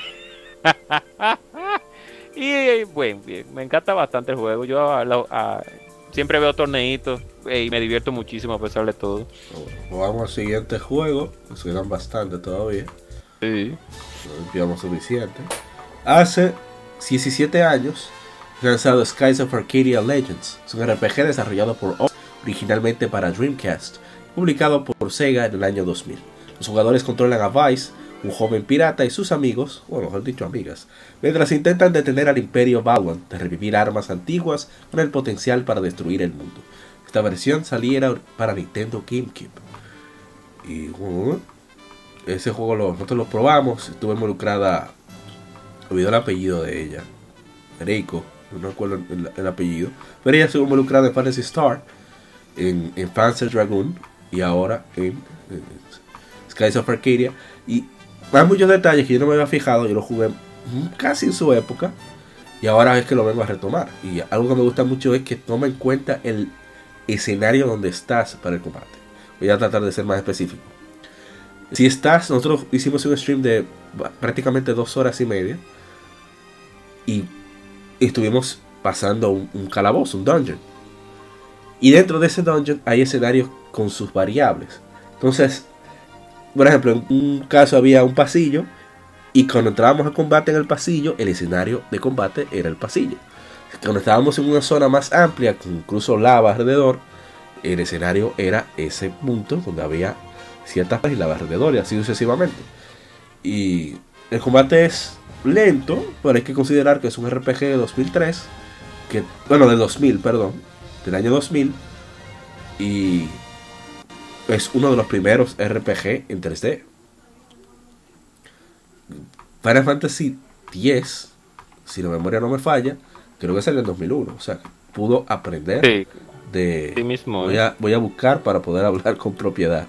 y bueno, bien, me encanta bastante el juego. Yo a- a- a- siempre veo torneitos eh, y me divierto muchísimo a pesar de todo. Bueno, vamos al siguiente juego. Nos quedan bastante todavía. Sí. No digamos suficiente. Hace diecisiete años fue lanzado Skies of Arcadia Legends. Es un R P G desarrollado por O- originalmente para Dreamcast, publicado por Sega en el año dos mil. Los jugadores controlan a Vice, un joven pirata, y sus amigos, o mejor dicho amigas, mientras intentan detener al Imperio Valiant de revivir armas antiguas con el potencial para destruir el mundo. Esta versión saliera para Nintendo GameCube. Y uh, ese juego lo, nosotros lo probamos, estuvo involucrada, olvidé el apellido de ella, Reiko, no recuerdo el, el apellido, pero ella estuvo involucrada en Phantasy Star, en, en Panzer Dragoon y ahora en, en Skies of Arcadia. Y hay muchos detalles que yo no me había fijado, yo lo jugué casi en su época y ahora es que lo vengo a retomar. Y algo que me gusta mucho es que toma en cuenta el escenario donde estás para el combate. Voy a tratar de ser más específico. Si estás, nosotros hicimos un stream de prácticamente dos horas y media y estuvimos pasando un, un calabozo, un dungeon. Y dentro de ese dungeon hay escenarios con sus variables. Entonces, por ejemplo, en un caso había un pasillo y cuando entrábamos a combate en el pasillo, el escenario de combate era el pasillo. Cuando estábamos en una zona más amplia, con incluso lava alrededor, el escenario era ese punto donde había ciertas y lava alrededor y así sucesivamente. Y el combate es lento, pero hay que considerar que es un R P G de dos mil tres, que, bueno, de dos mil, perdón, del año dos mil, y es uno de los primeros R P G en tres D. Final Fantasy diez, si la memoria no me falla, creo que es el dos mil uno, o sea, pudo aprender sí, de... sí mismo, voy, eh. a, voy a buscar para poder hablar con propiedad.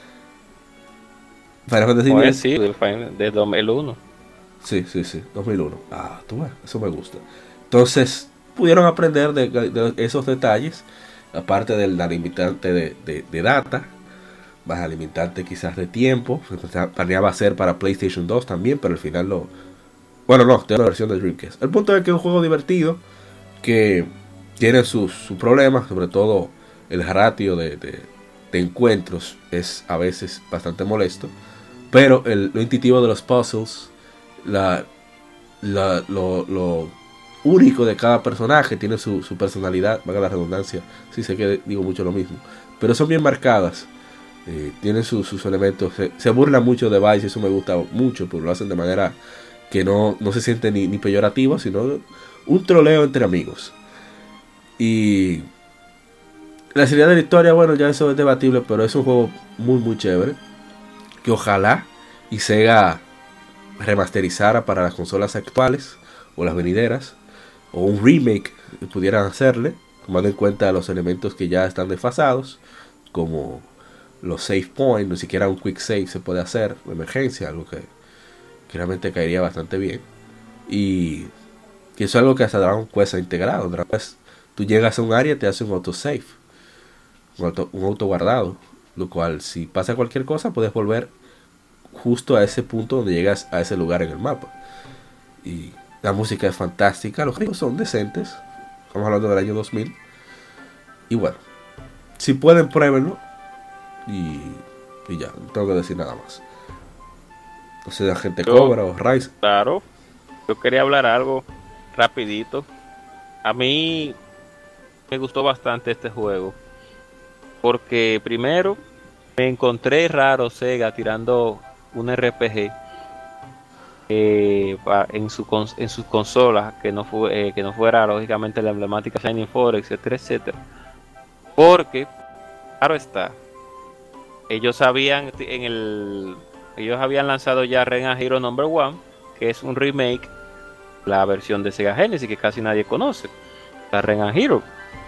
Final Fantasy Pues diez, sí, del Final- de dos mil uno. sí, sí, sí, dos mil uno. Ah, tú ves, eso me gusta. Entonces, pudieron aprender de, de esos detalles, aparte de la limitante de, de, de data, más la limitante quizás de tiempo. Planeaba hacer para PlayStation dos también, pero al final lo... Bueno, no, tiene la versión de Dreamcast. El punto es que es un juego divertido, que tiene sus, sus problemas, sobre todo el ratio de, de, de encuentros es a veces bastante molesto, pero el, lo intuitivo de los puzzles, la, la, lo, lo único de cada personaje, tiene su, su personalidad, valga la redundancia, sí sé que digo mucho lo mismo, pero son bien marcadas, eh, tienen su, sus elementos, se, se burla mucho de Vice, eso me gusta mucho, porque lo hacen de manera que no, no se siente ni, ni peyorativo, sino un troleo entre amigos. Y la seriedad de la historia, bueno, ya eso es debatible, pero es un juego muy muy chévere, que ojalá y Sega remasterizara para las consolas actuales o las venideras, o un remake pudieran hacerle, tomando en cuenta los elementos que ya están desfasados, como los save points. Ni siquiera un quick save se puede hacer de emergencia, algo que, que realmente caería bastante bien. Y que eso es algo que hasta Dragon Quest ha integrado. Dragon Quest, tú llegas a un área y te hace un autosave, un auto, un auto guardado, lo cual si pasa cualquier cosa puedes volver justo a ese punto donde llegas a ese lugar en el mapa. Y la música es fantástica, los gráficos son decentes, estamos hablando del año dos mil. Y bueno, si pueden, pruébenlo. Y, y ya, no tengo que decir nada más. No sé, la gente Yo- Cobra o Rise. Claro, yo quería hablar algo rapidito. A mí me gustó bastante este juego, porque primero me encontré raro Sega tirando un R P G eh, pa- en su cons- en sus consolas que no fue eh, que no fuera lógicamente la emblemática Shining Force, etcétera, etcétera. Porque claro está, ellos habían en el ellos habían lanzado ya Ren Hero Number One, que es un remake, la versión de Sega Genesis que casi nadie conoce, la Ren Hero.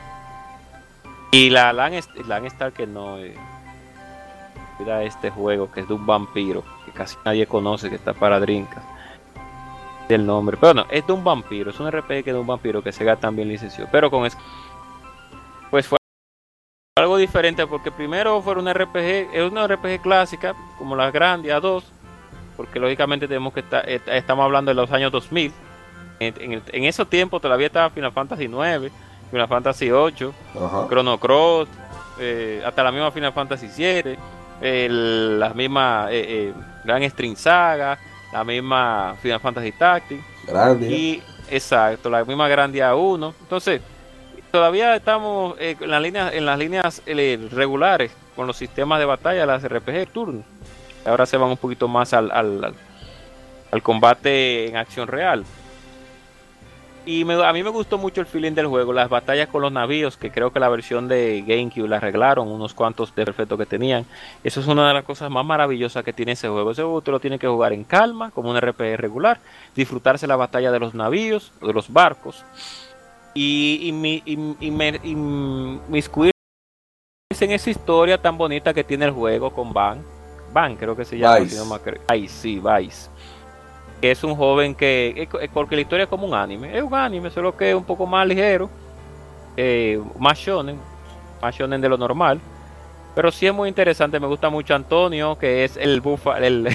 Y la Langstar, que no eh, mira este juego que es de un vampiro que casi nadie conoce, que está para Dreamcast, del nombre, pero no, es de un vampiro, es un R P G de un vampiro que Sega también licenció, pero con es- pues fue algo diferente, porque primero fue un R P G, es una R P G clásica como las Grandia dos, porque lógicamente tenemos que estar, est- estamos hablando de los años dos mil. En, en, el- en esos tiempos todavía estaba Final Fantasy nueve, Final Fantasy ocho, Ajá. Chrono Cross, eh, hasta la misma Final Fantasy siete, el- las mismas eh, eh, Grand String Saga, la misma Final Fantasy Tactics, Grande. y exacto, la misma Grandia uno. Entonces, todavía estamos eh, en, las líneas, en las líneas eh, regulares con los sistemas de batalla, las R P G turno. Ahora se van un poquito más al, al, al, al combate en acción real. Y me, a mí me gustó mucho el feeling del juego, las batallas con los navíos, que creo que la versión de GameCube la arreglaron, unos cuantos defectos que tenían. Eso es una de las cosas más maravillosas que tiene ese juego. Ese juego tú lo tienes que jugar en calma, como un R P G regular, disfrutarse la batalla de los navíos, de los barcos, y, y, mi, y, y, me, y miscuirse en esa historia tan bonita que tiene el juego con Van. Van, creo que se llama. Vice. Si no me creo. Ay, sí, Vice. Que es un joven que, porque la historia es como un anime, es un anime, solo que es un poco más ligero, eh, más shonen, más shonen de lo normal, pero sí es muy interesante. Me gusta mucho Antonio, que es el bufa, el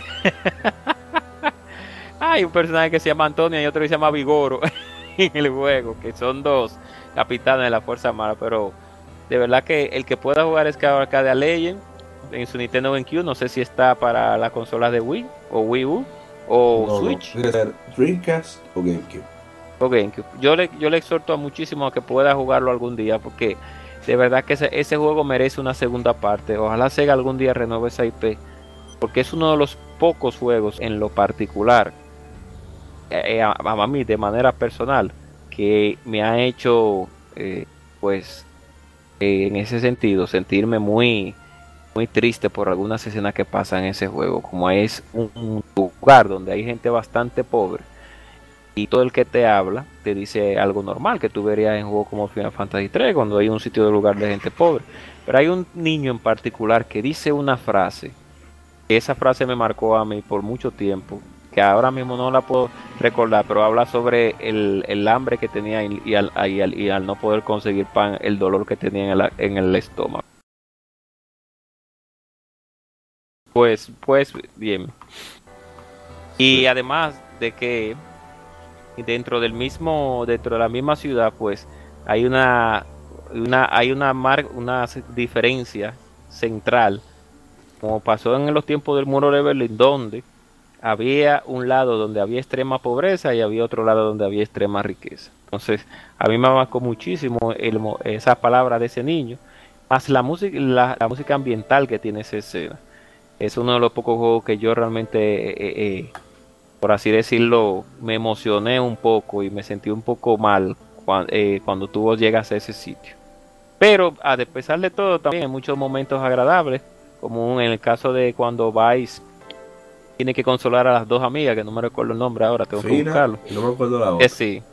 hay un personaje que se llama Antonio y otro que se llama Vigoro en el juego, que son dos capitanes de la Fuerza Armada, pero de verdad que el que pueda jugar es Arcadia Legend en su Nintendo GameCube, no sé si está para las consolas de Wii o Wii U o No, Switch. no. Debe ser Dreamcast o GameCube. O GameCube. Yo le, yo le exhorto a muchísimo a que pueda jugarlo algún día, porque de verdad que ese, ese juego merece una segunda parte. Ojalá Sega algún día renueve esa I P, porque es uno de los pocos juegos en lo particular, eh, a, a mí de manera personal, que me ha hecho eh, pues eh, en ese sentido sentirme muy muy triste por algunas escenas que pasan en ese juego, como es un, un lugar donde hay gente bastante pobre y todo el que te habla te dice algo normal que tú verías en juegos como Final Fantasy tres, cuando hay un sitio de lugar de gente pobre, pero hay un niño en particular que dice una frase, que esa frase me marcó a mí por mucho tiempo, que ahora mismo no la puedo recordar, pero habla sobre el, el hambre que tenía y, y, al, y, al, y al no poder conseguir pan, el dolor que tenía en el, en el estómago. Pues, pues bien. Y además de que dentro del mismo, dentro de la misma ciudad, pues hay una, una, hay una mar, una diferencia central, como pasó en los tiempos del muro de Berlín, donde había un lado donde había extrema pobreza y había otro lado donde había extrema riqueza. Entonces, a mí me marcó muchísimo el, esa palabra de ese niño, más la música, la, la música ambiental que tiene esa escena. Es uno de los pocos juegos que yo realmente, eh, eh, por así decirlo, me emocioné un poco y me sentí un poco mal cuando, eh, cuando tú llegas a ese sitio. Pero a pesar de todo, también hay muchos momentos agradables, como en el caso de cuando Vice tiene que consolar a las dos amigas, que no me recuerdo el nombre ahora, tengo Fina, que buscarlo. Y no me acuerdo la otra. Eh, sí.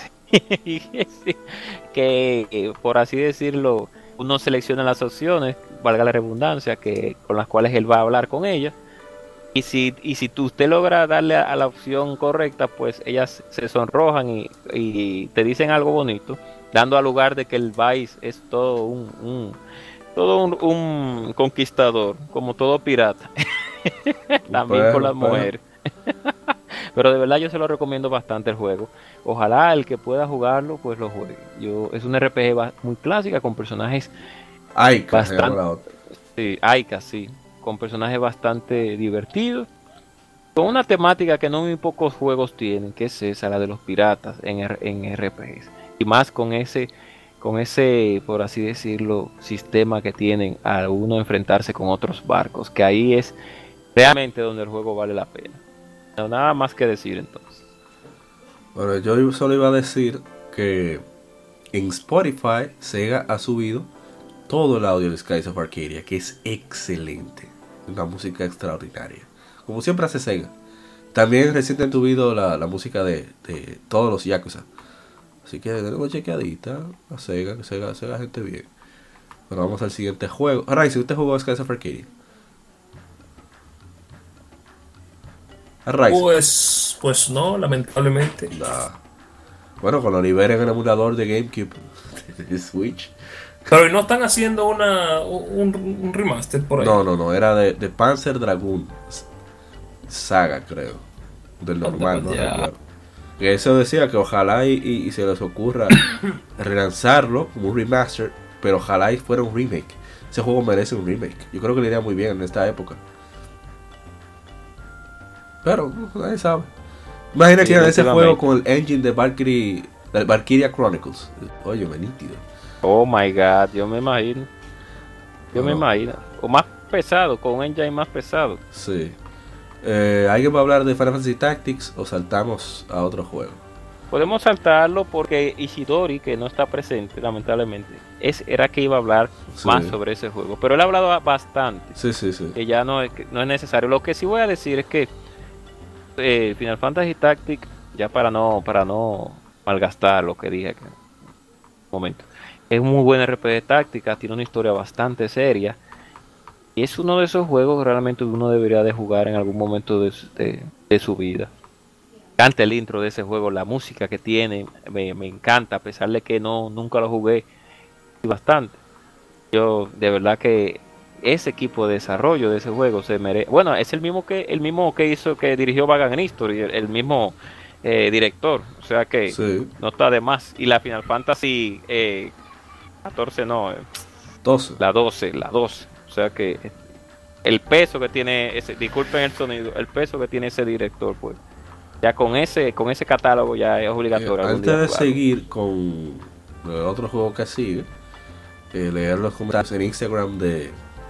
sí. Que, eh, por así decirlo, uno selecciona las opciones, valga la redundancia, que con las cuales él va a hablar con ella, y si y si tú, usted logra darle a, a la opción correcta, pues ellas se sonrojan y, y te dicen algo bonito, dando a lugar de que el Vice es todo un, un todo un, un conquistador, como todo pirata. También pero, con las pero. mujeres. Pero de verdad yo se lo recomiendo bastante el juego. Ojalá el que pueda jugarlo pues lo juegue. Yo, es un R P G muy clásica con personajes Aika, bastante, sí, Aika, sí, con personajes bastante divertidos, con una temática que no muy pocos juegos tienen, que es esa, la de los piratas en, en R P Gs, y más con ese, con ese, por así decirlo, sistema que tienen a uno enfrentarse con otros barcos, que ahí es realmente donde el juego vale la pena. No, nada más que decir entonces. Bueno, yo solo iba a decir que en Spotify Sega ha subido todo el audio de Skies of Arcadia, que es excelente, una música extraordinaria, como siempre hace Sega. También recién han subido la, la música de, de todos los Yakuza, así que denle una chequeadita a Sega, que Sega hace la gente bien. Bueno, vamos al siguiente juego. Ray, si usted jugó Skies of Arcadia. Pues, pues no, lamentablemente. Nah. Bueno, cuando liberen el emulador de GameCube de Switch. Pero no están haciendo una un, un remaster por ahí. No, no, no, era de, de Panzer Dragoon Saga, creo. Del normal, no recuerdo. Que eso decía que ojalá y, y, y se les ocurra relanzarlo como un remaster, pero ojalá y fuera un remake. Ese juego merece un remake. Yo creo que le iría muy bien en esta época. Pero nadie sabe. Imagina sí, que en ese juego con el engine de Valkyrie, Valkyria Chronicles. Oye, me nítido. Oh my god, yo me imagino. Yo me No. imagino. O más pesado, con un engine más pesado. Sí. Eh, ¿Alguien va a hablar de Final Fantasy Tactics o saltamos a otro juego? Podemos saltarlo porque Ishidori, que no está presente, lamentablemente, es, era que iba a hablar Sí. más sobre ese juego. Pero él ha hablado bastante, Sí, sí, sí. que ya no es, que no es necesario. Lo que sí voy a decir es que eh, Final Fantasy Tactics, ya para no, para no malgastar lo que dije que, un momento, es un muy buen R P G de táctica, tiene una historia bastante seria. Y es uno de esos juegos que realmente uno debería de jugar en algún momento de, su- de- de su vida. Canta el intro de ese juego, la música que tiene, me, me encanta, a pesar de que no nunca lo jugué bastante. Yo de verdad que ese equipo de desarrollo de ese juego se merece. Bueno, es el mismo que el mismo que hizo que dirigió Vagrant History, el, el mismo eh, director, o sea que Sí. no está de más. Y la Final Fantasy eh, catorce no, eh, doce. la doce, la doce. O sea que el peso que tiene ese, disculpen el sonido, el peso que tiene ese director, pues ya con ese con ese catálogo ya es obligatorio. Eh, algún antes día de jugarlo. seguir con el otro juego que sigue, eh, leer los comentarios en Instagram de,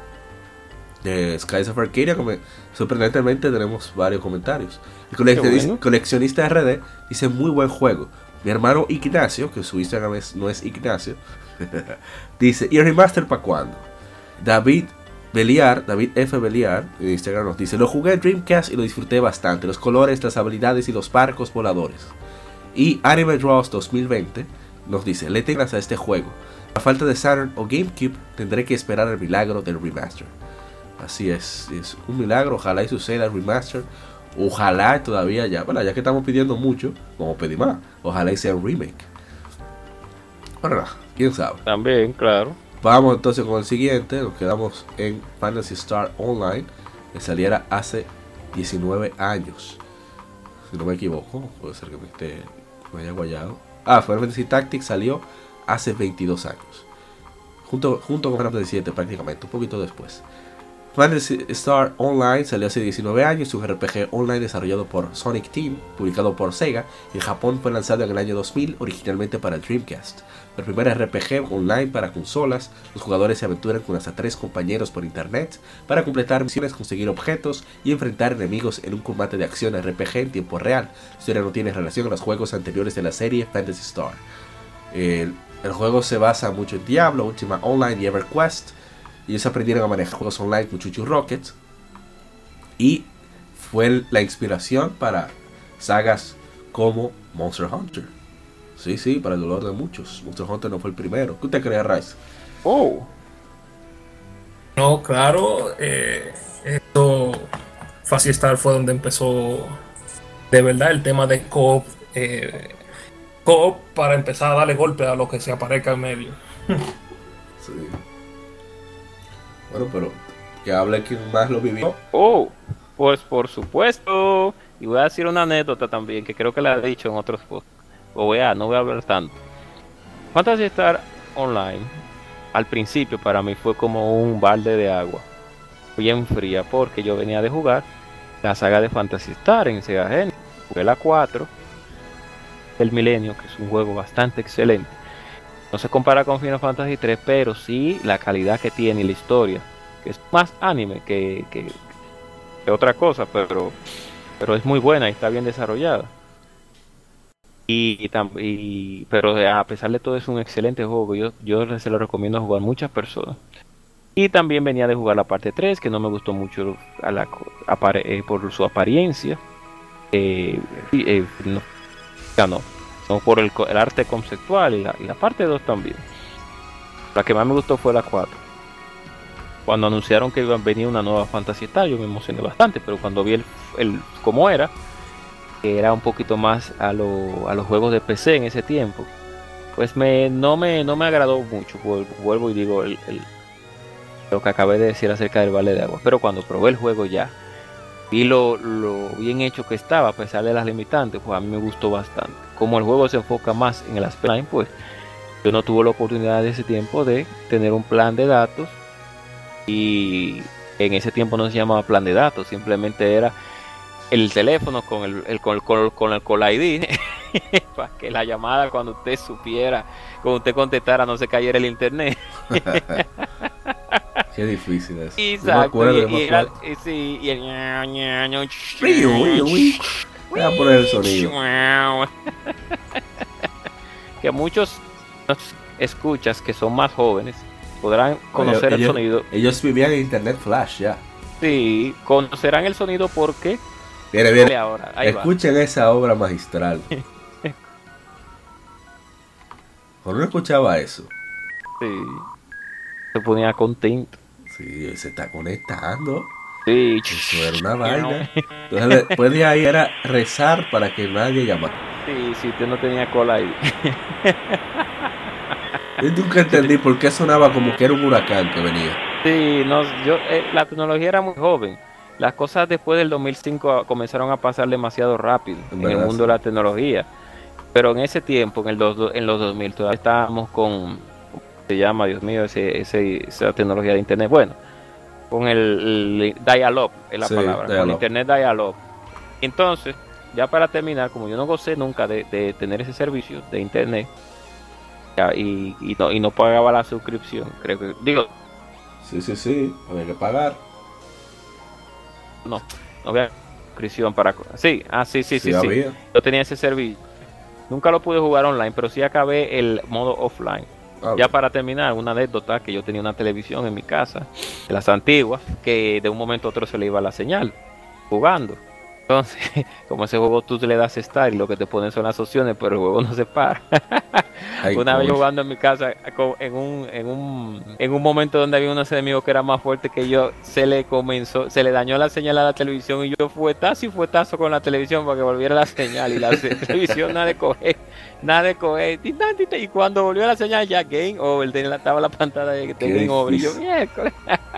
de Skies of Arcadia, como sorprendentemente tenemos varios comentarios. El coleccionista, bueno. coleccionista R D dice muy buen juego. Mi hermano Ignacio, que su Instagram es- no es Ignacio, dice, ¿y el remaster para cuándo? David Beliar, David F. Beliar, en Instagram nos dice, lo jugué en Dreamcast y lo disfruté bastante. Los colores, las habilidades y los barcos voladores. Y Anime Draws dos mil veinte nos dice, le tengas a este juego. A falta de Saturn o GameCube, tendré que esperar el milagro del remaster. Así es, es un milagro, ojalá y suceda el remaster. Ojalá todavía ya, bueno, ya que estamos pidiendo mucho, vamos a pedir más. Ojalá y sea un remake. Bueno, no, quién sabe. También, claro. Vamos entonces con el siguiente. Nos quedamos en Phantasy Star Online, que saliera hace diecinueve años. Si no me equivoco, puede ser que me, esté, me haya guayado. Ah, Final Fantasy Tactics salió hace veintidós años. Junto, junto con Final Fantasy siete prácticamente, un poquito después. Phantasy Star Online salió hace diecinueve años, un R P G online desarrollado por Sonic Team, publicado por Sega. En Japón fue lanzado en el año dos mil, originalmente para el Dreamcast. El primer R P G online para consolas. Los jugadores se aventuran con hasta tres compañeros por internet para completar misiones, conseguir objetos y enfrentar enemigos en un combate de acción R P G en tiempo real. La historia no tiene relación a los juegos anteriores de la serie Phantasy Star. El, el juego se basa mucho en Diablo, Ultima Online y EverQuest. Y ellos aprendieron a manejar juegos online con Chuchu Rockets. Y fue la inspiración para sagas como Monster Hunter. Sí, sí, para el dolor de muchos. Monster Hunter no fue el primero. ¿Qué usted cree, Rice? Oh, No, claro, eh, esto Fantasy Star fue donde empezó de verdad el tema de co-op, eh, co-op para empezar a darle golpe a lo que se aparezca en medio. Sí. Bueno, pero que hable quien más lo vivió. oh, pues por supuesto. Y voy a decir una anécdota también que creo que la he dicho en otros posts. O voy a, no voy a hablar tanto. Fantasy Star Online, al principio para mí fue como un balde de agua bien fría, porque yo venía de jugar la saga de Fantasy Star en Sega Genesis. Jugué la cuatro, el Milenio, que es un juego bastante excelente. No se compara con Final Fantasy tres, pero sí la calidad que tiene y la historia, que es más anime que, que, que otra cosa, pero, pero es muy buena y está bien desarrollada. Y, y, tam- y- pero a pesar de todo es un excelente juego. Yo, yo se lo recomiendo jugar a muchas personas. Y también venía de jugar la parte tres, que no me gustó mucho a la, apare- eh, por su apariencia. Eh, y, eh, no, ya no, no por el, co- el arte conceptual y la, y la parte dos también. La que más me gustó fue la cuatro. Cuando anunciaron que iba a venir una nueva Fantasy Star, yo me emocioné bastante, pero cuando vi el, el cómo era, que era un poquito más a, lo, a los juegos de P C en ese tiempo, pues me, no, me, no me agradó mucho. Vuelvo, vuelvo y digo el, el- lo que acabé de decir acerca del balde de agua. Pero cuando probé el juego ya, vi lo, lo bien hecho que estaba, a pesar de las limitantes, pues a mí me gustó bastante. Como el juego se enfoca más en el aspecto online, pues yo no tuve la oportunidad de ese tiempo de tener un plan de datos. Y en ese tiempo no se llamaba plan de datos, simplemente era el teléfono con el, el- con el, con el, con el Call I D para que la llamada cuando usted supiera, cuando usted contestara no se cayera el internet. Qué difícil es. Exacto, y, y, era, y, sí, y el ña, ña, ña, voy a poner el sonido. Que muchos escuchas que son más jóvenes podrán conocer ellos, el sonido. Ellos vivían en internet flash ya. Sí, conocerán el sonido porque viene, viene. Ahora, escuchen va. Esa obra magistral. ¿Cuando no escuchaba eso? Sí. Se ponía contento. Sí, se está conectando. Sí. Eso era una vaina. Entonces, después de ahí era rezar para que nadie llamara. Sí, si usted no tenía cola ahí. Yo nunca entendí por qué sonaba como que era un huracán que venía. Sí, no, yo, eh, la tecnología era muy joven. Las cosas después del dos mil cinco comenzaron a pasar demasiado rápido en, en el mundo sí. de la tecnología. Pero en ese tiempo, en, el dos, en los dos mil, todavía estábamos con, ¿cómo se llama? Dios mío, ese, ese, esa tecnología de internet. Bueno, con el, el dial-up, es la sí, palabra, con internet dial-up. Entonces, ya para terminar, como yo no gocé nunca de, de tener ese servicio de internet, ya, y, y, no, y no pagaba la suscripción, creo que, digo... Sí, sí, sí, había que pagar. No, no había suscripción para... Sí, ah, sí, sí, sí, sí, sí. Yo tenía ese servicio. Nunca lo pude jugar online, pero sí acabé el modo offline. Ah, ya para terminar, una anécdota, que yo tenía una televisión en mi casa, de las antiguas, que de un momento a otro se le iba la señal, jugando. Entonces, como ese juego tú le das start y lo que te ponen son las opciones, pero el juego no se para. Ay, una vez jugando en mi casa, en un, en un en un momento donde había unos enemigos que eran más fuertes que yo, se le comenzó, se le dañó la señal a la televisión y yo fuetazo y fuetazo con la televisión para que volviera la señal, y la televisión nada de coger, nada de coger, y cuando volvió la señal ya game over, estaba la pantalla de game over, y yo miércoles.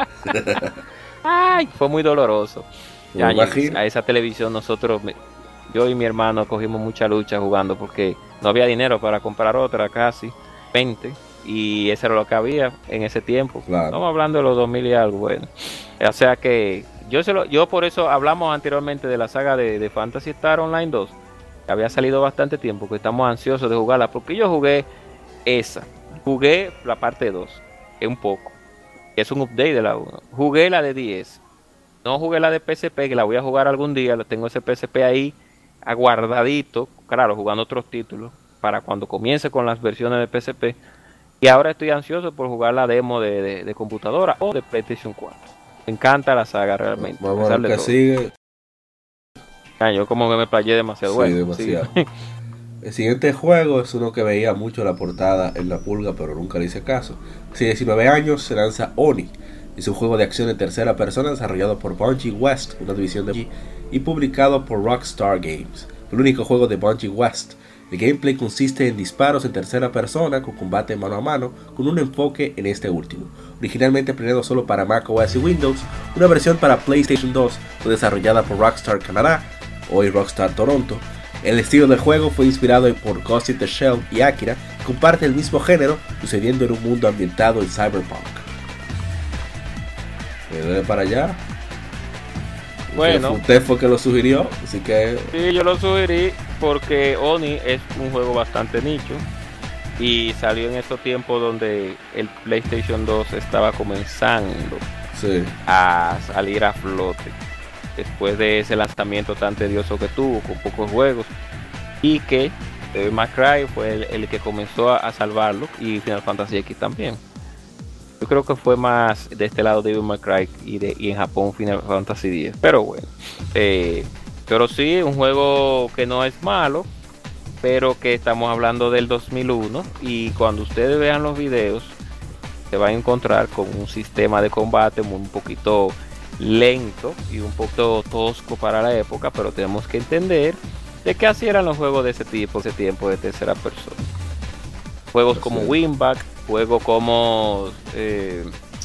Ay, fue muy doloroso. Ya, a esa televisión nosotros, yo y mi hermano cogimos mucha lucha jugando porque no había dinero para comprar otra, casi veinte, y eso era lo que había en ese tiempo. Claro. Estamos hablando de los dos mil y algo, bueno. O sea que yo se lo, yo por eso hablamos anteriormente de la saga de, de Phantasy Star Online dos, que había salido bastante tiempo, que estamos ansiosos de jugarla, porque yo jugué esa, jugué la parte dos, es un poco, es un update de la uno, jugué la de diez. No jugué la de P S P, que la voy a jugar algún día, tengo ese P S P ahí aguardadito, claro, jugando otros títulos, para cuando comience con las versiones de P S P. Y ahora estoy ansioso por jugar la demo de, de, de computadora o de PlayStation cuatro. Me encanta la saga realmente. Vamos a ver qué sigue. Ah, yo como que me playé demasiado. Sí, bueno, demasiado. Sí. El siguiente juego es uno que veía mucho la portada en la pulga, pero nunca le hice caso. Hace diecinueve años se lanza Oni. Es un juego de acción en tercera persona desarrollado por Bungie West, una división de Bungie, y publicado por Rockstar Games. El único juego de Bungie West. El gameplay consiste en disparos en tercera persona con combate mano a mano, con un enfoque en este último. Originalmente planeado solo para macOS y Windows, una versión para PlayStation dos fue desarrollada por Rockstar Canadá, hoy Rockstar Toronto. El estilo del juego fue inspirado por Ghost in the Shell y Akira, que comparte el mismo género, sucediendo en un mundo ambientado en Cyberpunk. Me doy para allá. Bueno, usted fue que lo sugirió, así que... Sí, yo lo sugerí porque Oni es un juego bastante nicho y salió en estos tiempos donde el PlayStation dos estaba comenzando sí. a salir a flote después de ese lanzamiento tan tedioso que tuvo, con pocos juegos, y que Devil May Cry fue el, el que comenzó a, a salvarlo, y Final Fantasy X también. Yo creo que fue más de este lado Devil May Cry y, de, y en Japón Final Fantasy diez. Pero bueno, eh, pero sí, un juego que no es malo, pero que estamos hablando del dos mil uno. Y cuando ustedes vean los videos, se van a encontrar con un sistema de combate muy, un poquito lento y un poquito tosco para la época. Pero tenemos que entender de que así eran los juegos de ese tipo, ese tiempo de tercera persona. Juegos como Winback, juegos como eh,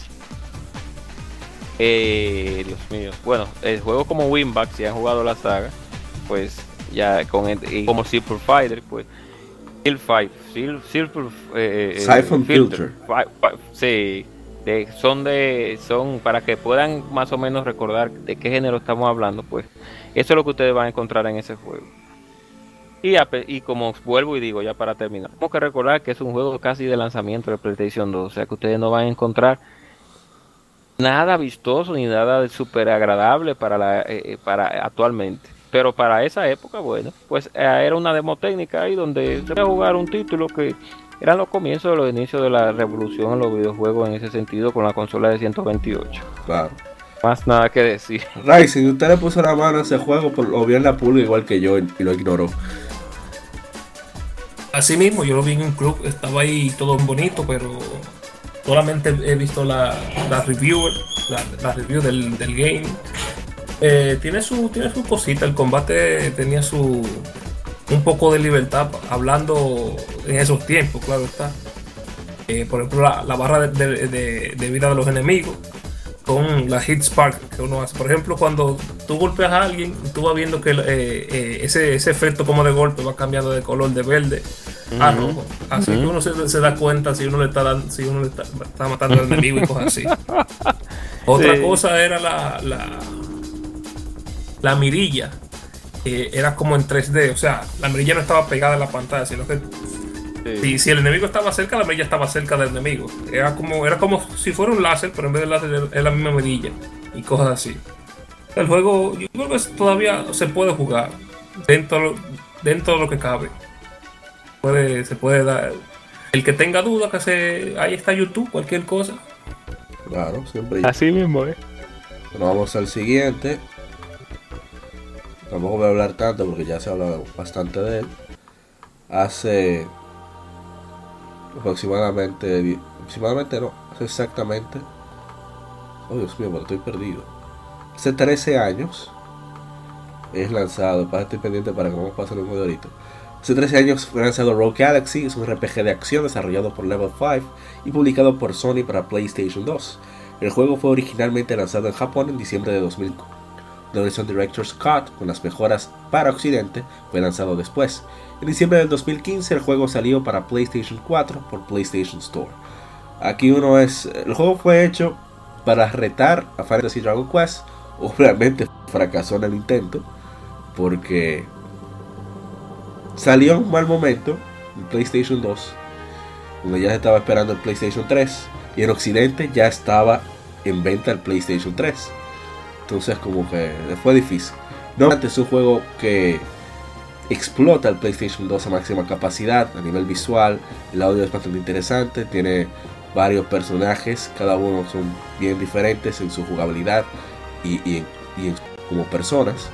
eh, Dios mío, bueno, el juego como Winback, si han jugado la saga, pues ya con el, y como Silver Fighter, pues Silver Silver eh, Siphon Filter, Filter. Sí, de, son de son para que puedan más o menos recordar de qué género estamos hablando, pues eso es lo que ustedes van a encontrar en ese juego. Y, a, y como vuelvo y digo ya para terminar, tenemos que recordar que es un juego casi de lanzamiento de PlayStation dos, o sea que ustedes no van a encontrar nada vistoso ni nada súper agradable para la eh, para actualmente. Pero para esa época, bueno, pues eh, era una demo técnica ahí donde se podía jugar un título que eran los comienzos de los inicios de la revolución en los videojuegos en ese sentido con la consola de ciento veintiocho. Claro. Más nada que decir. Rising, usted le puso la mano a ese juego, por, o bien la pulga igual que yo y lo ignoró. Así mismo, yo lo vi en un club, estaba ahí todo bonito, pero solamente he visto la, la review, la, la review del, del game. Eh, tiene su tiene su cosita, el combate tenía su un poco de libertad, hablando en esos tiempos, claro está. Eh, por ejemplo, la, la barra de, de, de, de vida de los enemigos con la hit spark que uno hace. Por ejemplo, cuando tú golpeas a alguien, tú vas viendo que eh, eh, ese, ese efecto como de golpe va cambiando de color de verde a uh-huh. rojo. Así uh-huh. que uno se, se da cuenta si uno le está dando, si uno le está, está matando al enemigo y cosas así. Otra sí. cosa era la, la, la mirilla. Eh, era como en tres D, o sea, la mirilla no estaba pegada en la pantalla, sino que sí. si, si el enemigo estaba cerca, la mirilla estaba cerca del enemigo. Era como, era como si fuera un láser, pero en vez de láser es la misma mirilla y cosas así. El juego, yo creo que todavía se puede jugar dentro, dentro de lo que cabe. Puede, se puede dar. El que tenga duda, que se, ahí está YouTube, cualquier cosa. Claro, siempre. Así mismo, eh. Bueno, vamos al siguiente. Tampoco voy a hablar tanto porque ya se ha hablado bastante de él. Hace aproximadamente, aproximadamente no, hace exactamente, oh Dios mío, pero estoy perdido. Hace trece años es lanzado, para estoy pendiente para que vamos a pasar un juego ahorita. Hace trece años fue lanzado Rogue Galaxy, es un R P G de acción desarrollado por Level cinco y publicado por Sony para PlayStation dos. El juego fue originalmente lanzado en Japón en diciembre de dos mil. La versión Director's Cut, con las mejoras para Occidente, fue lanzado después. En diciembre del dos mil quince el juego salió para PlayStation cuatro por PlayStation Store. Aquí uno es... El juego fue hecho para retar a Final Fantasy Dragon Quest. Obviamente fracasó en el intento, porque salió en un mal momento en PlayStation dos, donde ya se estaba esperando el PlayStation tres, y en Occidente ya estaba en venta el PlayStation tres. Entonces como que fue difícil. No obstante, es un juego que explota el PlayStation dos a máxima capacidad a nivel visual. El audio es bastante interesante, tiene varios personajes, cada uno son bien diferentes en su jugabilidad y, y, y en, como personas.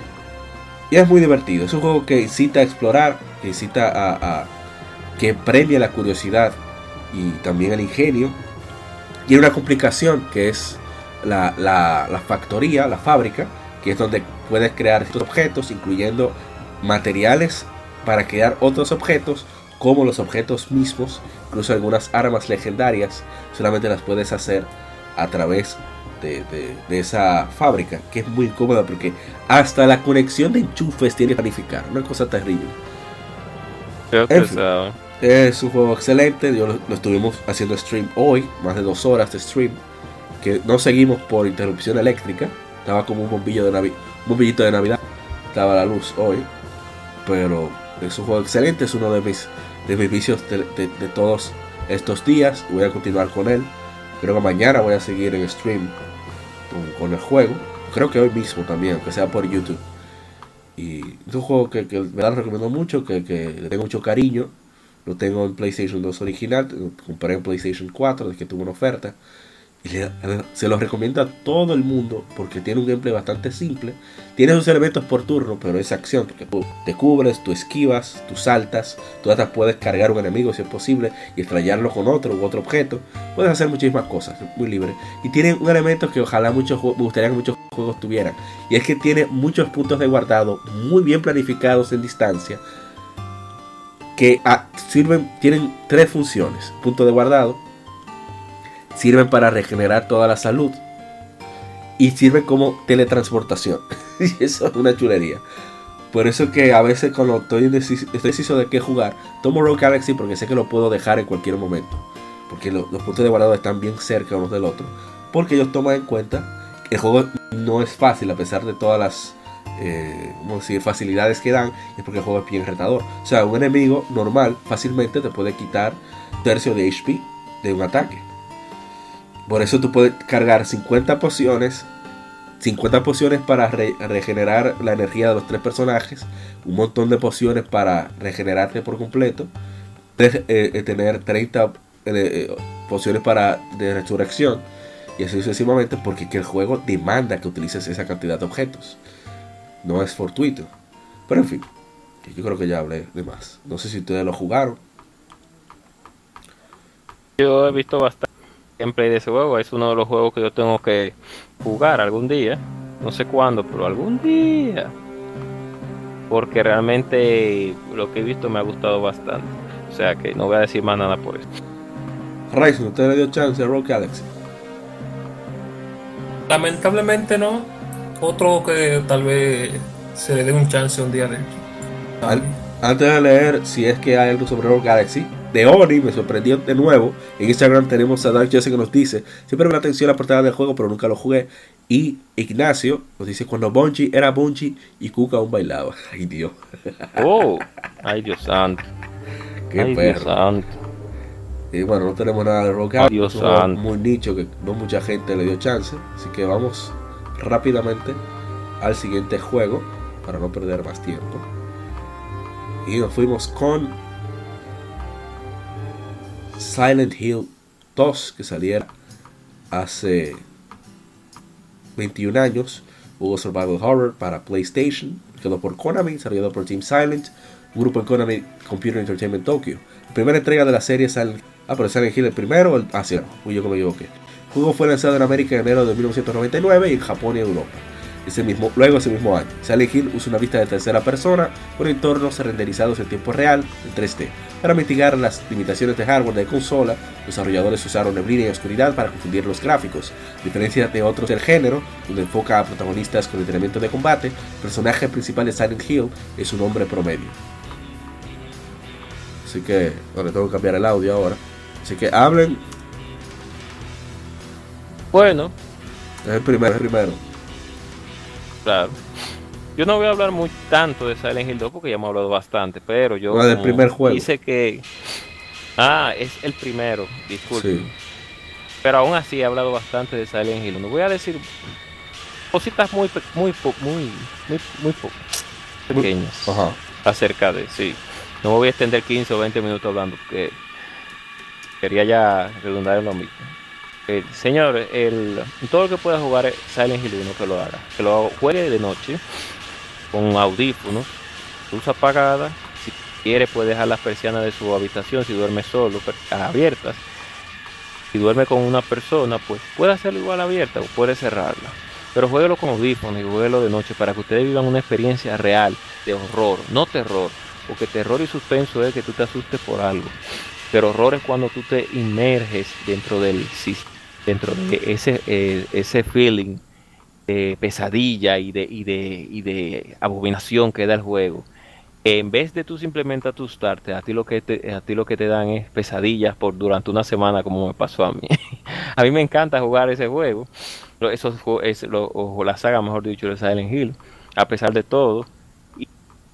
Y es muy divertido, es un juego que incita a explorar, que incita a, a que premia la curiosidad y también el ingenio. Y hay una complicación que es La, la, la factoría, la fábrica, que es donde puedes crear estos objetos, incluyendo materiales para crear otros objetos, como los objetos mismos. Incluso algunas armas legendarias solamente las puedes hacer a través de, de, de esa fábrica, que es muy incómoda porque hasta la conexión de enchufes tiene que planificar, una cosa terrible. En fin, es un juego excelente. Yo lo, lo estuvimos haciendo stream hoy, más de dos horas de stream, que no seguimos por interrupción eléctrica. Estaba como un bombillo de Navidad, un bombillito de Navidad, estaba la luz hoy. Pero es un juego excelente, es uno de mis, de mis vicios de, de, de todos estos días. Voy a continuar con él. Creo que mañana voy a seguir en stream con, con el juego. Creo que hoy mismo también, aunque sea por YouTube. Y es un juego que, que me lo recomiendo mucho, que, que le tengo mucho cariño. Lo tengo en PlayStation dos original, lo compré en PlayStation cuatro desde que tuvo una oferta. Y le, se los recomiendo a todo el mundo porque tiene un gameplay bastante simple. Tiene sus elementos por turno, pero es acción porque tú te cubres, tú esquivas, tú saltas, tú hasta puedes cargar un enemigo si es posible y estrellarlo con otro u otro objeto. Puedes hacer muchísimas cosas, es muy libre. Y tiene un elemento que ojalá muchos me gustaría que muchos juegos tuvieran, y es que tiene muchos puntos de guardado muy bien planificados en distancia, que ah, sirven, tienen tres funciones. Punto de guardado, sirven para regenerar toda la salud y sirven como teletransportación. Y eso es una chulería. Por eso que a veces cuando estoy indeciso de qué jugar, tomo Rogue Galaxy porque sé que lo puedo dejar en cualquier momento, porque lo, los puntos de guardado están bien cerca unos del otro, porque ellos toman en cuenta que el juego no es fácil a pesar de todas las eh, vamos a decir, facilidades que dan, es porque el juego es bien retador. O sea, un enemigo normal fácilmente te puede quitar tercio de H P de un ataque. Por eso tú puedes cargar cincuenta pociones, cincuenta pociones para re regenerar la energía de los tres personajes, un montón de pociones para regenerarte por completo, de, eh, tener treinta eh, pociones para de resurrección, y así sucesivamente, porque que el juego demanda que utilices esa cantidad de objetos. No es fortuito. Pero en fin, yo creo que ya hablé de más. No sé si ustedes lo jugaron. Yo he visto bastante gameplay de ese juego. Es uno de los juegos que yo tengo que jugar algún día. No sé cuándo, pero algún día. Porque realmente lo que he visto me ha gustado bastante. O sea que no voy a decir más nada por esto. Ryzen, ¿usted le dio chance a Rogue Galaxy? Lamentablemente no. Otro que tal vez se le dé un chance un día de Al, Antes de leer si es que hay algo sobre Rogue Galaxy, de Oni me sorprendió de nuevo. En Instagram tenemos a Dark Jesse que nos dice: siempre me atención la portada del juego, pero nunca lo jugué. Y Ignacio nos dice: cuando Bungie era Bungie y Kuka aún bailaba. Ay, Dios. Oh, ay, Dios santo. Qué ay, perro. Dios santo. Y bueno, no tenemos nada de Rogue Galaxy. Dios es un juego santo. muy nicho que no mucha gente le dio chance. Así que vamos rápidamente al siguiente juego para no perder más tiempo. Y nos fuimos con Silent Hill dos, que saliera hace veintiún años. Hubo Survival Horror para PlayStation, creado por Konami, desarrollado por Team Silent, un grupo en Konami Computer Entertainment Tokyo. La primera entrega de la serie Silent, ah, pero Silent Hill el primero, el, ah, sí, no, yo que me equivoqué. El juego fue lanzado en América en enero de mil novecientos noventa y nueve y en Japón y Europa. Ese mismo, luego ese mismo año, Silent Hill usa una vista de tercera persona con entornos renderizados en tiempo real en tres D. Para mitigar las limitaciones de hardware de consola, los desarrolladores usaron neblina y oscuridad para confundir los gráficos. A diferencia de otros del género, donde enfoca a protagonistas con entrenamiento de combate, el personaje principal de Silent Hill es un hombre promedio. Así que, bueno, tengo que cambiar el audio ahora. Así que hablen. Bueno, Es el primero, el primero. claro. Yo no voy a hablar muy tanto de Silent Hill dos porque ya hemos hablado bastante, pero yo No, del como primer juego. dice que ah, es el primero, disculpe. Sí. Pero aún así he hablado bastante de Silent Hill. No voy a decir cositas muy pe- muy po- muy muy muy po- pequeñas Ajá. acerca de, sí. No me voy a extender quince o veinte minutos hablando porque quería ya redundar en lo mismo. Eh, señor, el, todo lo que pueda jugar Silent Hill uno, que lo haga. Que lo juegue de noche, con audífonos, luz apagada. Si quiere puede dejar las persianas de su habitación si duerme solo, per- abiertas. Si duerme con una persona, pues puede hacerlo igual abierta o puede cerrarla. Pero jueguelo con audífonos y jueguelo de noche para que ustedes vivan una experiencia real de horror, no terror. Porque terror y suspenso es que tú te asustes por algo. Pero horror es cuando tú te inmerges dentro del sistema, dentro de ese eh, ese feeling de pesadilla y de y de y de abominación que da el juego. En vez de tú simplemente asustarte, a ti lo que te, a ti lo que te dan es pesadillas por durante una semana, como me pasó a mí. A mí me encanta jugar ese juego, lo- esos jue- es, lo- o la saga, mejor dicho, de Silent Hill, a pesar de todo. Y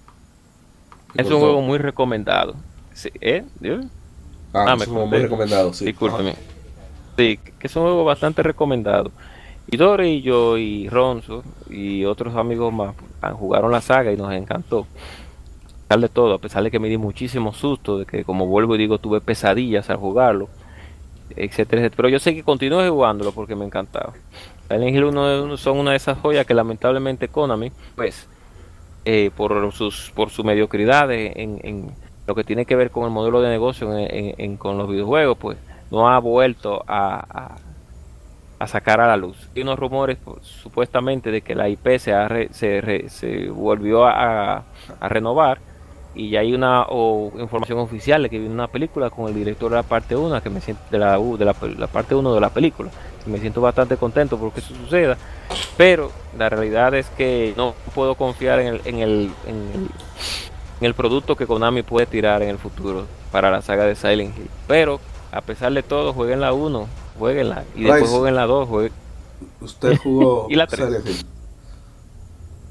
es un cortó. juego muy recomendado. Sí, ¿eh? ¿Yo? Ah, Ah, es me un juego corté. muy recomendado, sí. Discúlpeme. Sí, que es un juego bastante recomendado. Y Dore y yo y Ronzo y otros amigos más ah, jugaron la saga y nos encantó. A pesar de todo, a pesar de que me di muchísimo susto, de que como vuelvo y digo, tuve pesadillas al jugarlo, etcétera, etcétera. Pero yo sé que continué jugándolo porque me encantaba. Silent Hill uno de- uno- son una de esas joyas que lamentablemente Konami, pues, eh, por sus por su mediocridad en, en lo que tiene que ver con el modelo de negocio en, en- en- con los videojuegos, pues no ha vuelto a, a, a sacar a la luz. Hay unos rumores pues, supuestamente de que la I P se, ha re- se, re- se volvió a, a renovar y ya hay una o, información oficial de que viene una película con el director de la parte uno que me siento de la, u- de la, la parte uno de la película. Y me siento bastante contento porque eso suceda, pero la realidad es que no puedo confiar en el, en el, en el, en el producto que Konami puede tirar en el futuro para la saga de Silent Hill. Pero a pesar de todo, jueguen la uno, jueguenla y después Rice. jueguen la dos, jueguen. Usted jugó Y la tres. Silent Hill.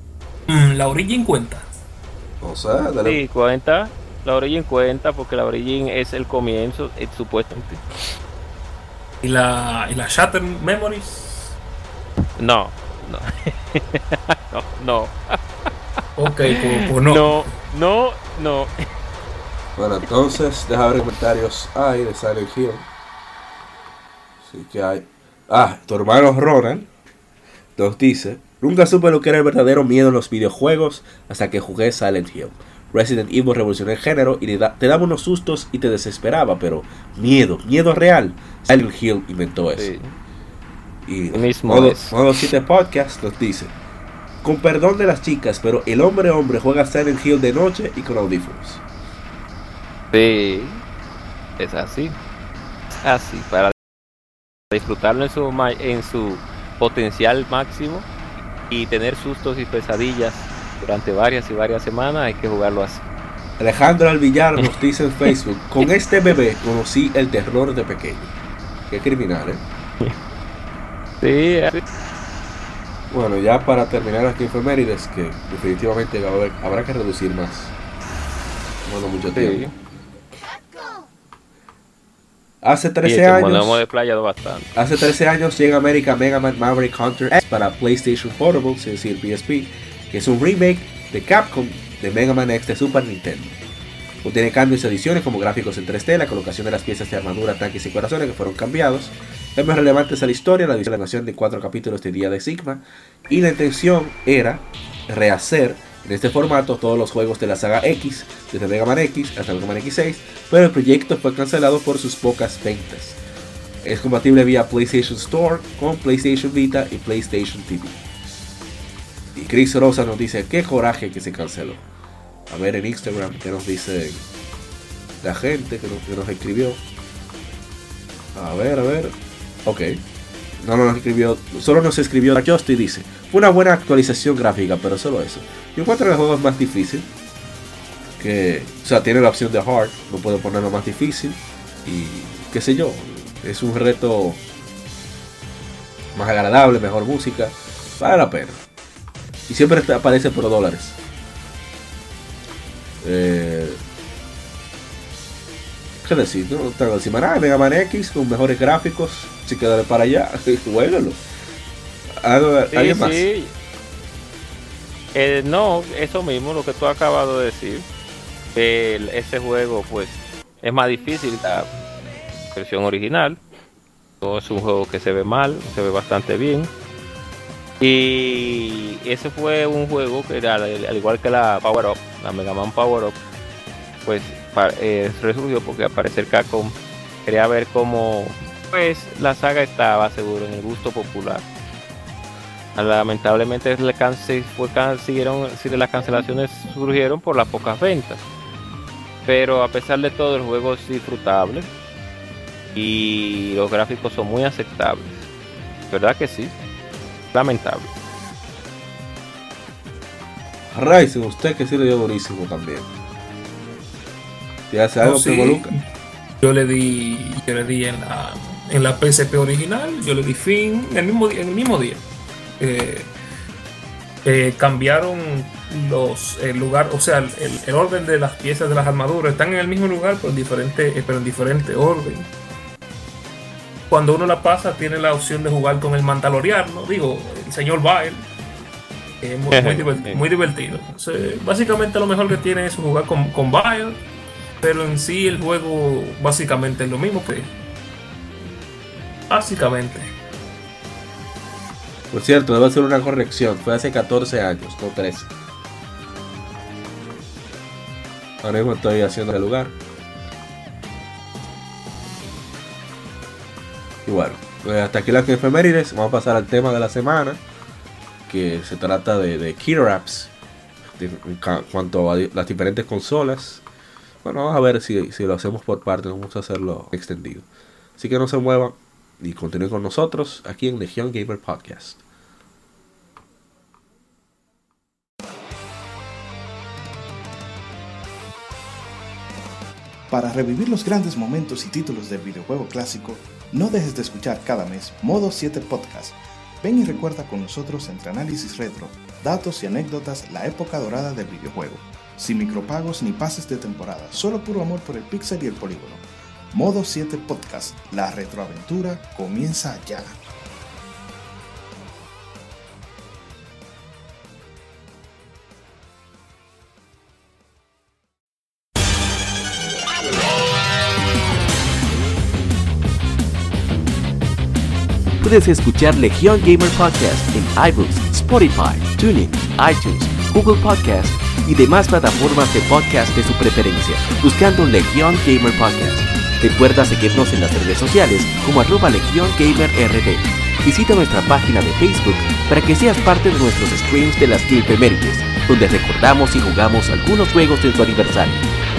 Mm, la Origin cuenta. O sea, dale. Sí, cuenta. La Origin cuenta porque la Origin es el comienzo, es, supuestamente. ¿Y la, y la Shattered Memories? No, no. no, no. Ok, pues, pues no. No, no, no. Bueno, entonces, deja ver comentarios hay de Silent Hill. Sí que hay. Ah, tu hermano Ronald nos dice: nunca supe lo que era el verdadero miedo en los videojuegos hasta que jugué Silent Hill. Resident Evil revolucionó el género y te, da, te daba unos sustos y te desesperaba, pero miedo, miedo real. Silent Hill inventó eso. Sí. Y mismo modo, es. modo siete Podcast nos dice: con perdón de las chicas, pero el hombre hombre juega Silent Hill de noche y con audífonos. Sí, es así. Es así, para disfrutarlo en su, en su potencial máximo y tener sustos y pesadillas durante varias y varias semanas, hay que jugarlo así. Alejandro Alvillar nos dice en Facebook: con este bebé conocí el terror de pequeño. Qué criminal, ¿eh? Sí, así. Bueno, ya para terminar aquí efemérides, que definitivamente va a haber, habrá que reducir más. Bueno, mucho tiempo. Sí. Hace trece Sí, años. de playa bastante. Hace trece años llega a América Mega Man Maverick Hunter X para PlayStation Portable, es decir, P S P, que es un remake de Capcom de Mega Man X de Super Nintendo. Contiene cambios y adiciones como gráficos en tres D, la colocación de las piezas de armadura, tanques y corazones que fueron cambiados, cambios relevantes a la historia, la animación de cuatro capítulos de Día de Sigma, y la intención era rehacer en este formato todos los juegos de la saga X, desde Mega Man X hasta Mega Man X seis, pero el proyecto fue cancelado por sus pocas ventas. Es compatible vía PlayStation Store con PlayStation Vita y PlayStation T V. Y Chris Rosa nos dice: qué coraje que se canceló. A ver en Instagram que nos dice la gente que nos, que nos escribió. A ver, a ver. Ok. No, no nos escribió. Solo nos escribió Just y dice: fue una buena actualización gráfica, pero solo eso. Yo encuentro que el juego es más difícil. Que, o sea, tiene la opción de hard. No puedo ponerlo más difícil. Y qué sé yo. Es un reto más agradable, mejor música. Vale la pena. Y siempre aparece por dólares. Eh, ¿Qué decir? No tengo encima nada. Mega Man X con mejores gráficos. Si quedaré para allá, juégalo. ¿Alguien sí, más? Sí. Eh, no, eso mismo, lo que tú acabas de decir. El, ese juego, pues, es más difícil la versión original. No es un juego que se ve mal, se ve bastante bien. Y ese fue un juego que era, al igual que la Power Up, la Mega Man Power Up, pues eh, resurgió porque al parecer Capcom quería ver cómo pues la saga estaba seguro en el gusto popular. Lamentablemente le cance, fue, siguieron, si las cancelaciones surgieron por las pocas ventas, pero a pesar de todo el juego es disfrutable y los gráficos son muy aceptables, ¿verdad que sí? Lamentable. Ryzen, usted que sí le dio durísimo también. ¿Te hace algo, No, sí. Primo Luca? Yo le di, yo le di en la, en la P S P original, yo le di fin en el mismo día. En el mismo día. Eh, eh, cambiaron los el lugar, o sea, el, el orden de las piezas de las armaduras están en el mismo lugar, pero en diferente, eh, pero en diferente orden. Cuando uno la pasa, tiene la opción de jugar con el Mandaloriano, digo, el señor Bael. Eh, muy, muy, divertido, muy divertido. Entonces, básicamente lo mejor que tiene es jugar con, con Bael, pero en sí el juego básicamente es lo mismo que. Básicamente. Por cierto, debo hacer una corrección. Fue hace catorce años, no trece. Ahora mismo estoy haciendo el lugar. Y bueno, pues hasta aquí las efemérides. Vamos a pasar al tema de la semana, que se trata de, de Killer Apps de, en cuanto a las diferentes consolas. Bueno, vamos a ver si, si lo hacemos por partes. Vamos a hacerlo extendido. Así que no se muevan y continúen con nosotros aquí en Legion Gamer Podcast. Para revivir los grandes momentos y títulos del videojuego clásico, no dejes de escuchar cada mes Modo siete Podcast. Ven y recuerda con nosotros entre análisis retro, datos y anécdotas, la época dorada del videojuego. Sin micropagos ni pases de temporada, solo puro amor por el pixel y el polígono. Modo siete Podcast, la retroaventura comienza ya. Puedes escuchar Legión Gamer Podcast en iBooks, Spotify, TuneIn, iTunes, Google Podcast y demás plataformas de podcast de su preferencia, buscando Legión Gamer Podcast. Recuerda seguirnos en las redes sociales como arroba Legión Gamer R D. Visita nuestra página de Facebook para que seas parte de nuestros streams de las Gamefemérides, donde recordamos y jugamos algunos juegos de su aniversario.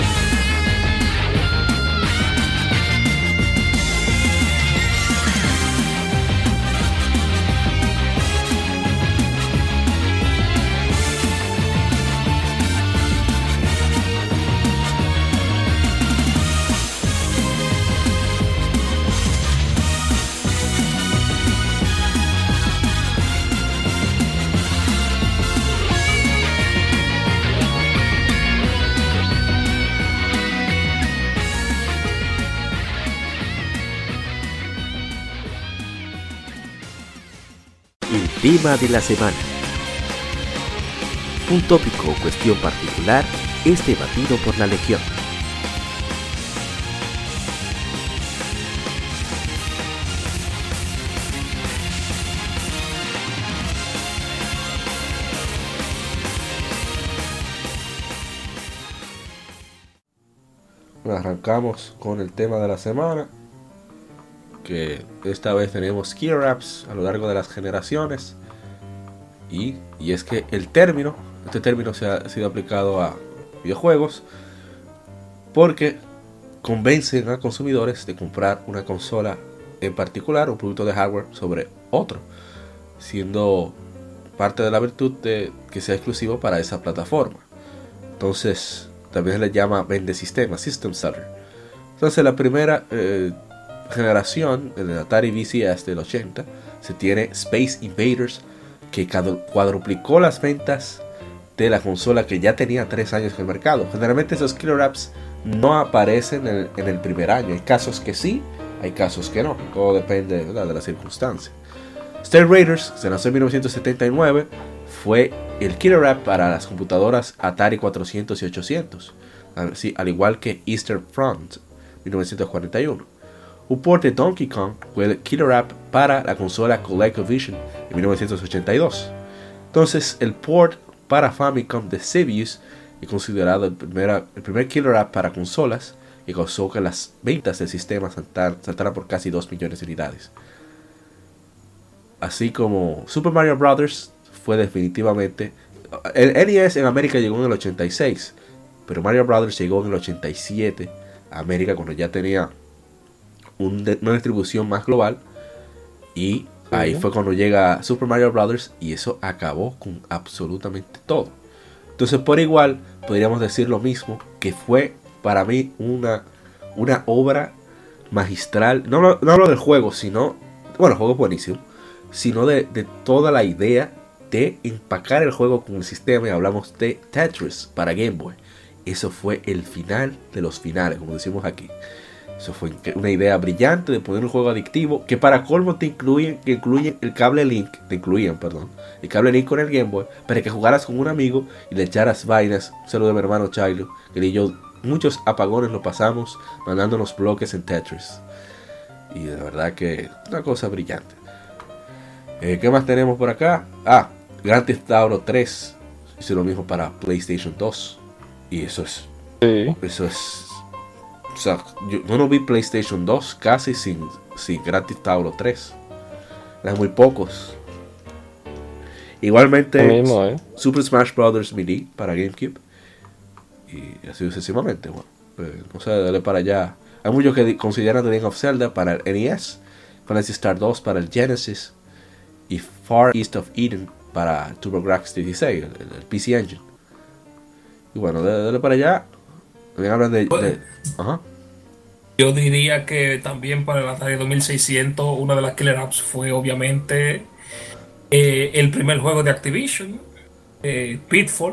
El tema de la semana. Un tópico o cuestión particular es debatido por la Legión. Arrancamos con el tema de la semana, que esta vez tenemos Killer Apps a lo largo de las generaciones, y, y es que el término, este término se ha, ha sido aplicado a videojuegos porque convencen a consumidores de comprar una consola en particular, un producto de hardware sobre otro, siendo parte de la virtud de que sea exclusivo para esa plataforma. Entonces también se le llama vende sistema, system seller. Entonces la primera eh, generación, el Atari V C S del ochenta, se tiene Space Invaders, que cuadruplicó las ventas de la consola que ya tenía tres años en el mercado. Generalmente esos killer apps no aparecen en el, en el primer año. Hay casos que sí, hay casos que no. Todo depende, ¿verdad?, de la circunstancia. Star Raiders se lanzó en mil novecientos setenta y nueve. Fue el killer app para las computadoras Atari cuatrocientos y ochocientos, así, al igual que Eastern Front mil novecientos cuarenta y uno. Un port de Donkey Kong fue el killer app para la consola ColecoVision en mil novecientos ochenta y dos. Entonces el port para Famicom de Sebius es considerado el primer, el primer killer app para consolas, y causó que las ventas del sistema saltar, saltaran por casi dos millones de unidades. Así como Super Mario Bros. Fue definitivamente... El N E S en América llegó en el ochenta y seis, pero Mario Bros. Llegó en el ochenta y siete a América, cuando ya tenía un de, una distribución más global, y sí, ahí fue cuando llega Super Mario Bros. Y eso acabó con absolutamente todo. Entonces por igual podríamos decir lo mismo, que fue para mí una, una obra magistral. No, no hablo del juego, sino... Bueno, el juego es buenísimo, sino de, de toda la idea de empacar el juego con el sistema, y hablamos de Tetris para Game Boy. Eso fue el final de los finales, como decimos aquí. Eso fue una idea brillante de poner un juego adictivo, que para colmo te incluyen, que incluyen el cable Link, te incluían, perdón, el cable Link con el Game Boy, para que jugaras con un amigo y le echaras vainas. Un saludo de mi hermano Chilo, que y yo muchos apagones lo pasamos mandándonos bloques en Tetris. Y de verdad que una cosa brillante. Eh, ¿Qué más tenemos por acá? Ah, Grand Theft Auto tres hizo lo mismo para PlayStation dos. Y eso es... Sí. Eso es... O sea, yo, yo no vi PlayStation dos casi sin, sin Grand Theft Auto tres. Eran muy pocos. Igualmente mismo, ¿eh? Super Smash Bros. Melee para GameCube. Y así sucesivamente. Bueno, pues, no sé, dale para allá. Hay muchos que consideran The Legend of Zelda para el N E S, Phantasy Star dos para el Genesis, y Far East of Eden para TurboGrafx dieciséis, el, el P C Engine. Y bueno, dale, dale para allá. También hablan de... Bueno, de ajá. Yo diría que también para el Atari dos mil seiscientos una de las killer apps fue obviamente eh, el primer juego de Activision, eh, Pitfall.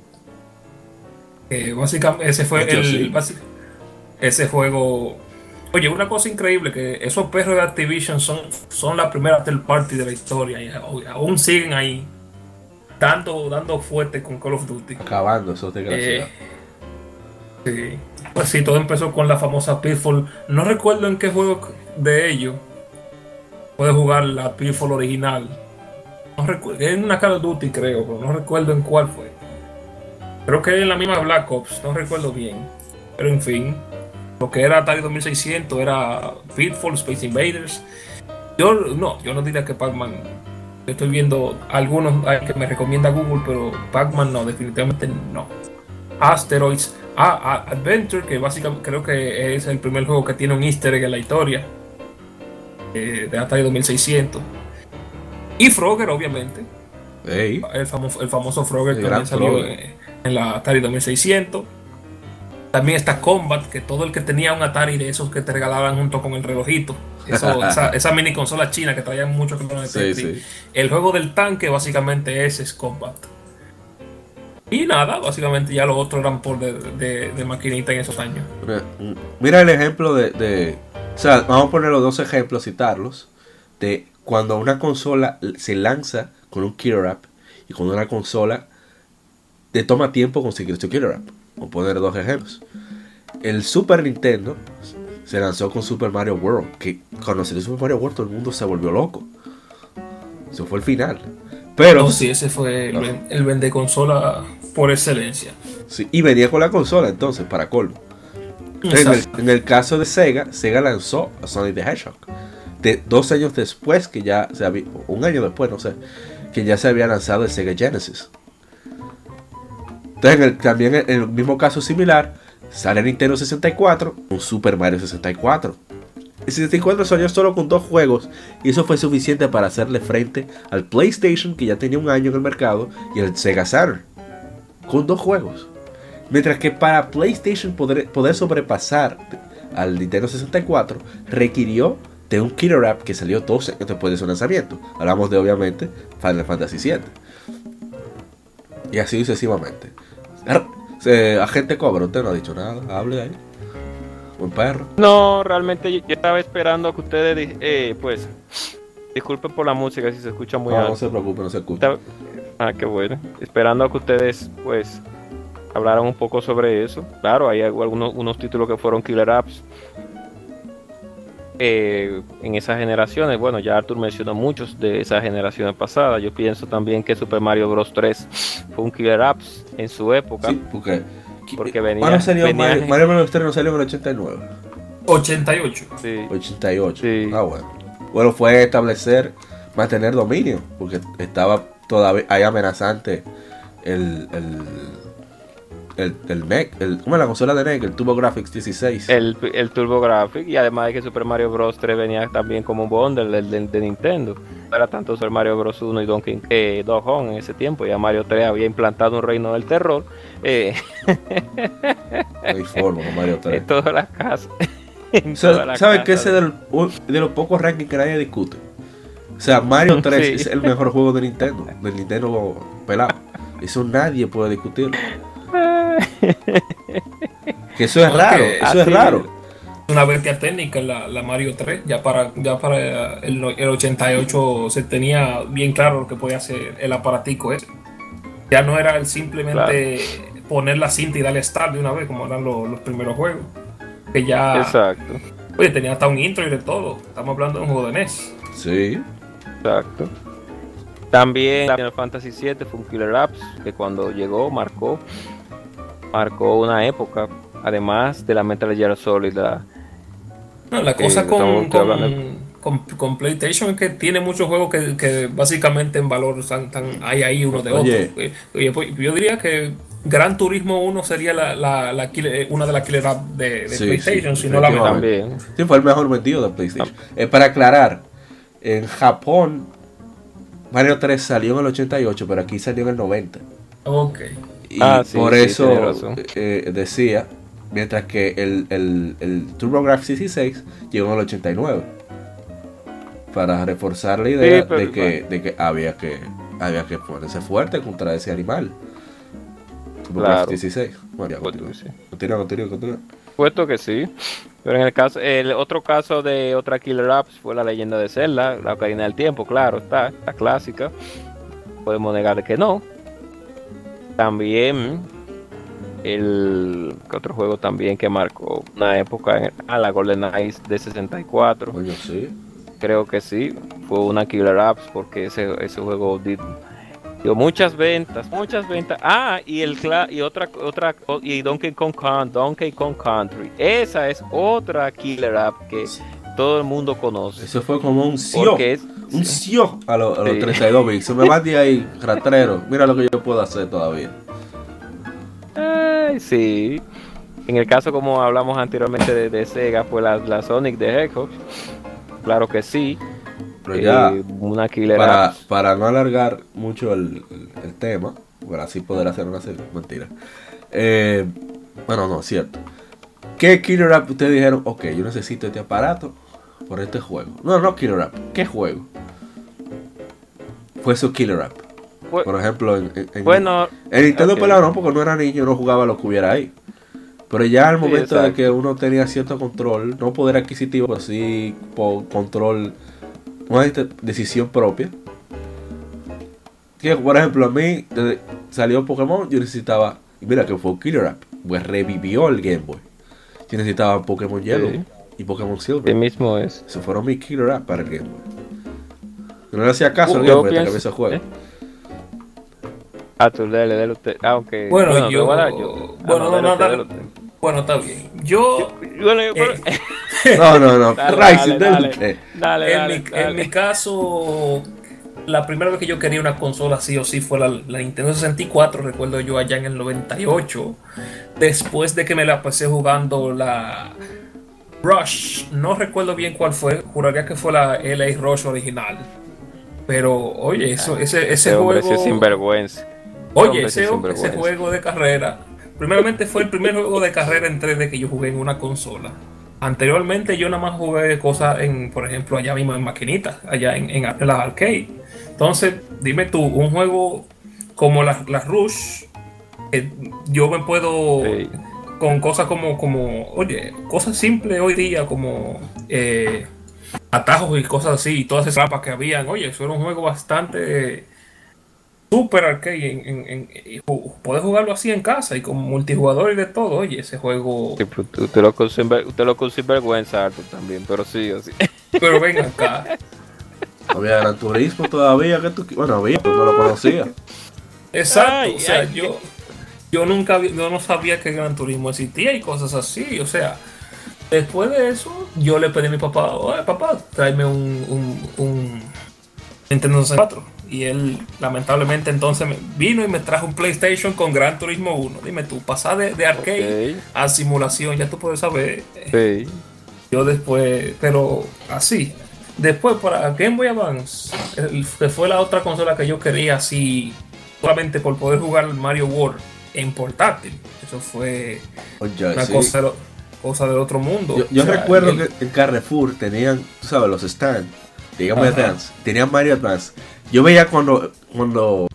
Eh, básicamente, ese fue Yo el. sí. basi- ese juego. Oye, una cosa increíble: que esos perros de Activision son, son la primera third party de la historia y aún aún siguen ahí dando, dando fuerte con Call of Duty. Acabando esos desgraciados. Eh, sí. Pues sí, todo empezó con la famosa Pitfall. No recuerdo en qué juego de ellos puedes jugar la Pitfall original. No recuerdo, en una Call of Duty creo, pero no recuerdo en cuál fue. Creo que en la misma Black Ops, no recuerdo bien. Pero en fin, lo que era Atari dos mil seiscientos era Pitfall, Space Invaders. Yo no, yo no diría que Pac-Man. Yo estoy viendo algunos que me recomienda Google, pero Pac-Man no, definitivamente no. Asteroids, ah, ah, Adventure, que básicamente creo que es el primer juego que tiene un easter egg en la historia eh, de Atari dos mil seiscientos. Y Frogger, obviamente. Ey, El famoso, el famoso Frogger El también gran salió Frogger. en, en la Atari dos mil seiscientos. También está Combat, que todo el que tenía un Atari de esos que te regalaban junto con el relojito. Eso, esa, esa mini consola china que traían muchos que de Sí, Tetris. sí. El juego del tanque básicamente ese es Combat. Y nada, básicamente ya los otros eran por de, de, de maquinita en esos años. Mira, mira el ejemplo de, de. O sea, vamos a poner los dos ejemplos, citarlos. De cuando una consola se lanza con un killer app y cuando una consola te toma tiempo conseguir su killer app. Vamos a poner dos ejemplos. El Super Nintendo se lanzó con Super Mario World. Que cuando salió Super Mario World todo el mundo se volvió loco. Eso fue el final. Pero. No, sí, ese fue el, ven- el vende consola por excelencia. Sí, y venía con la consola entonces, para colmo. En el, Exacto. en el caso de Sega, Sega lanzó a Sonic the Hedgehog. De, dos años después que ya se había, un año después, no sé, que ya se había lanzado el Sega Genesis. Entonces, en el- también en el mismo caso similar, sale Nintendo sesenta y cuatro, un Super Mario sesenta y cuatro. El sesenta y cuatro salió solo con dos juegos y eso fue suficiente para hacerle frente al PlayStation, que ya tenía un año en el mercado, y el Sega Saturn, con dos juegos. Mientras que para PlayStation poder, poder sobrepasar al Nintendo sesenta y cuatro requirió de un killer app que salió dos años después de su lanzamiento. Hablamos de, obviamente, Final Fantasy siete. Y así sucesivamente. Ar- se- Agente Cobra, usted no ha dicho nada. Hable ahí. Buen perro. No, realmente yo, yo estaba esperando que ustedes, di- eh, pues, disculpen por la música si se escucha muy No, no alto. se preocupe, no se escucha. Estaba- Ah, qué bueno. Esperando a que ustedes, pues, hablaran un poco sobre eso. Claro, hay algunos unos títulos que fueron killer apps eh, en esas generaciones. Bueno, ya Arthur mencionó muchos de esas generaciones pasadas. Yo pienso también que Super Mario Bros. tres fue un killer apps en su época. Sí, porque. Porque venía- ¿Cuándo salió venía- Mario? Mario Bros. tres no salió en el ochenta y nueve. ochenta y ocho. Sí. ochenta y ocho. Sí. Ah, bueno. Bueno, fue establecer, mantener dominio, porque estaba todavía ahí amenazante el el el, el N E C, el, ¿cómo es la consola de N E C? El TurboGrafx dieciséis. El, el TurboGrafx, y además de que Super Mario Bros. tres venía también como un bundle del de, de Nintendo. No era tanto Super Mario Bros. uno y Donkey eh, Kong en ese tiempo. Ya Mario tres había implantado un reino del terror eh, No hay forma con Mario tres. en todas las casas. En O sea, todas las ¿sabes qué? casas. Ese es de los, de los pocos rankings que nadie discute. O sea, Mario tres Sí. es el mejor juego de Nintendo, del Nintendo pelado. Eso nadie puede discutirlo. Que eso es No, raro, que eso así es raro. Una bestia técnica la, la Mario tres. Ya para, ya para el, no- el ochenta y ocho se tenía bien claro lo que podía hacer el aparatico ese. Ya no era el simplemente poner la cinta y darle start de una vez como eran los, los primeros juegos. Que ya, Exacto, oye, tenía hasta un intro y de todo. Estamos hablando de un juego de N E S. Sí. exacto. También Final Fantasy siete fue un killer apps que cuando llegó marcó marcó una época. Además de la Metal Gear Solid, la, No, la cosa Sí, con, estamos con, hablando. con, con PlayStation es que tiene muchos juegos que, que básicamente en valor están, están- hay ahí uno de Oye. otro. Eh, oye, pues, yo diría que Gran Turismo uno sería la, la, la killer- una de las killer apps de, de Sí, PlayStation, sí, si no la mejor. definitivamente. también. Sí, fue el mejor vendido de PlayStation. Eh, para aclarar, en Japón Mario tres salió en el ochenta y ocho, pero aquí salió en el noventa. Ok. Y Ah, sí, por sí, eso tiene razón. eh, decía, mientras que el, el, el TurboGrafx dieciséis llegó en el ochenta y nueve. Para reforzar la idea Sí, pero de, que, igual. de que había que había que ponerse fuerte contra ese animal. Claro. dieciséis. Bueno, ya, continúa. Sí. Continúa, continúa, continúa. Puesto que sí. Pero en el caso, el otro caso de otra Killer App fue la Leyenda de Zelda, la Ocarina del Tiempo, claro, está, la clásica. Podemos negar que no. También el ¿qué otro juego también que marcó una época? En, ah, la Golden Eyes de sesenta y cuatro. Coño, sí. Creo que sí, fue una Killer App porque ese, ese juego dio, dio muchas ventas, muchas ventas. Ah, y el y otra otra y Donkey Kong Donkey Kong Country. Esa es otra Killer App que todo el mundo conoce. Eso fue como un sio, es, un sí. sio a, lo, a los Sí. treinta y dos bits. Se me va de ahí, ratrero. Mira lo que yo puedo hacer todavía. Ay, sí. En el caso, como hablamos anteriormente de, de Sega, fue la, la Sonic the Hedgehog. Claro que sí. Pero ya, Eh, una Killer para, App. para no alargar mucho el, el, el tema, para así poder hacer una serie, mentira. Eh, bueno, no, cierto. ¿Qué Killer App ustedes dijeron? Ok, yo necesito este aparato por este juego. No, no Killer App. ¿Qué juego fue su Killer App? Fue- Por ejemplo, en, en, Bueno, en Nintendo ok. pelado no, porque no era niño, no jugaba lo que hubiera ahí. Pero ya al Sí, momento de exacto. que uno tenía cierto control, no poder adquisitivo, pero sí por control, una de- decisión propia. Que por ejemplo, a mí desde salió Pokémon, yo necesitaba, y mira que fue un Killer App, pues revivió el Game Boy. Yo necesitaba Pokémon Yellow Sí. y Pokémon sí Silver. mismo es. Eso fueron mis Killer App para el Game Boy. Yo no le hacía caso al Yo Game Boy hasta que pienso- vi ese juego. ¿eh? Ah, tú dale, dale usted. Ah, aunque. Bueno, le yo- voy a dar yo. bueno, Ah, no, no, usted, dale. usted. Bueno, está bien. Yo, Bueno, pero- Eh, No, no, no. Dale, Ryzen, dale, dale dale. usted. Dale, en, dale, mi, dale. en mi caso, la primera vez que yo quería una consola sí o sí fue la, la Nintendo sesenta y cuatro, recuerdo yo allá en el noventa y ocho, después de que me la pasé jugando la Rush, no recuerdo bien cuál fue, juraría que fue la L A Rush original, pero oye, eso, ese, ese Ese hombre sí juego... es sinvergüenza. Oye, Hombre, ese, sí, ese sinvergüenza. juego de carrera, primeramente fue el primer juego de carrera en tres D que yo jugué en una consola. Anteriormente yo nada más jugué cosas en, por ejemplo, allá mismo en maquinitas, allá en, en, en las arcade. Entonces, dime tú, un juego como la, la Rush, eh, yo me puedo, Sí. con cosas como, como, oye, cosas simples hoy día como eh, atajos y cosas así, y todas esas trampas que habían, oye, eso era un juego bastante... super arcade en, en, en, y ju- poder jugarlo así en casa y con multijugador y de todo. Oye, ese juego. Sí, pues, usted lo con sinver- usted lo con sinvergüenza, Arthur, también, pero sí, así. Pero ven acá. Había Gran Turismo todavía. Que tú... Bueno, había, pues no lo conocía. Exacto. Ay, o sea, ay, yo, yo nunca vi- yo no sabía que Gran Turismo existía y cosas así. O sea, después de eso, yo le pedí a mi papá, oye papá, tráeme un, un, un Nintendo sesenta y cuatro. Y él, lamentablemente, entonces me vino y me trajo un PlayStation con Gran Turismo uno. Dime tú, pasar de, de arcade Ok. a simulación, ya tú puedes saber. Sí. Yo después, pero así. Después para Game Boy Advance, el- que fue la otra consola que yo quería así, solamente por poder jugar Mario World en portátil. Eso fue Oye, una sí. cosa, de- cosa del otro mundo. Yo, yo O sea, recuerdo el- que en Carrefour tenían, tú sabes, los stands de Game Boy Ajá. Advance. Tenían Mario Advance. Yo veía cuando, cuando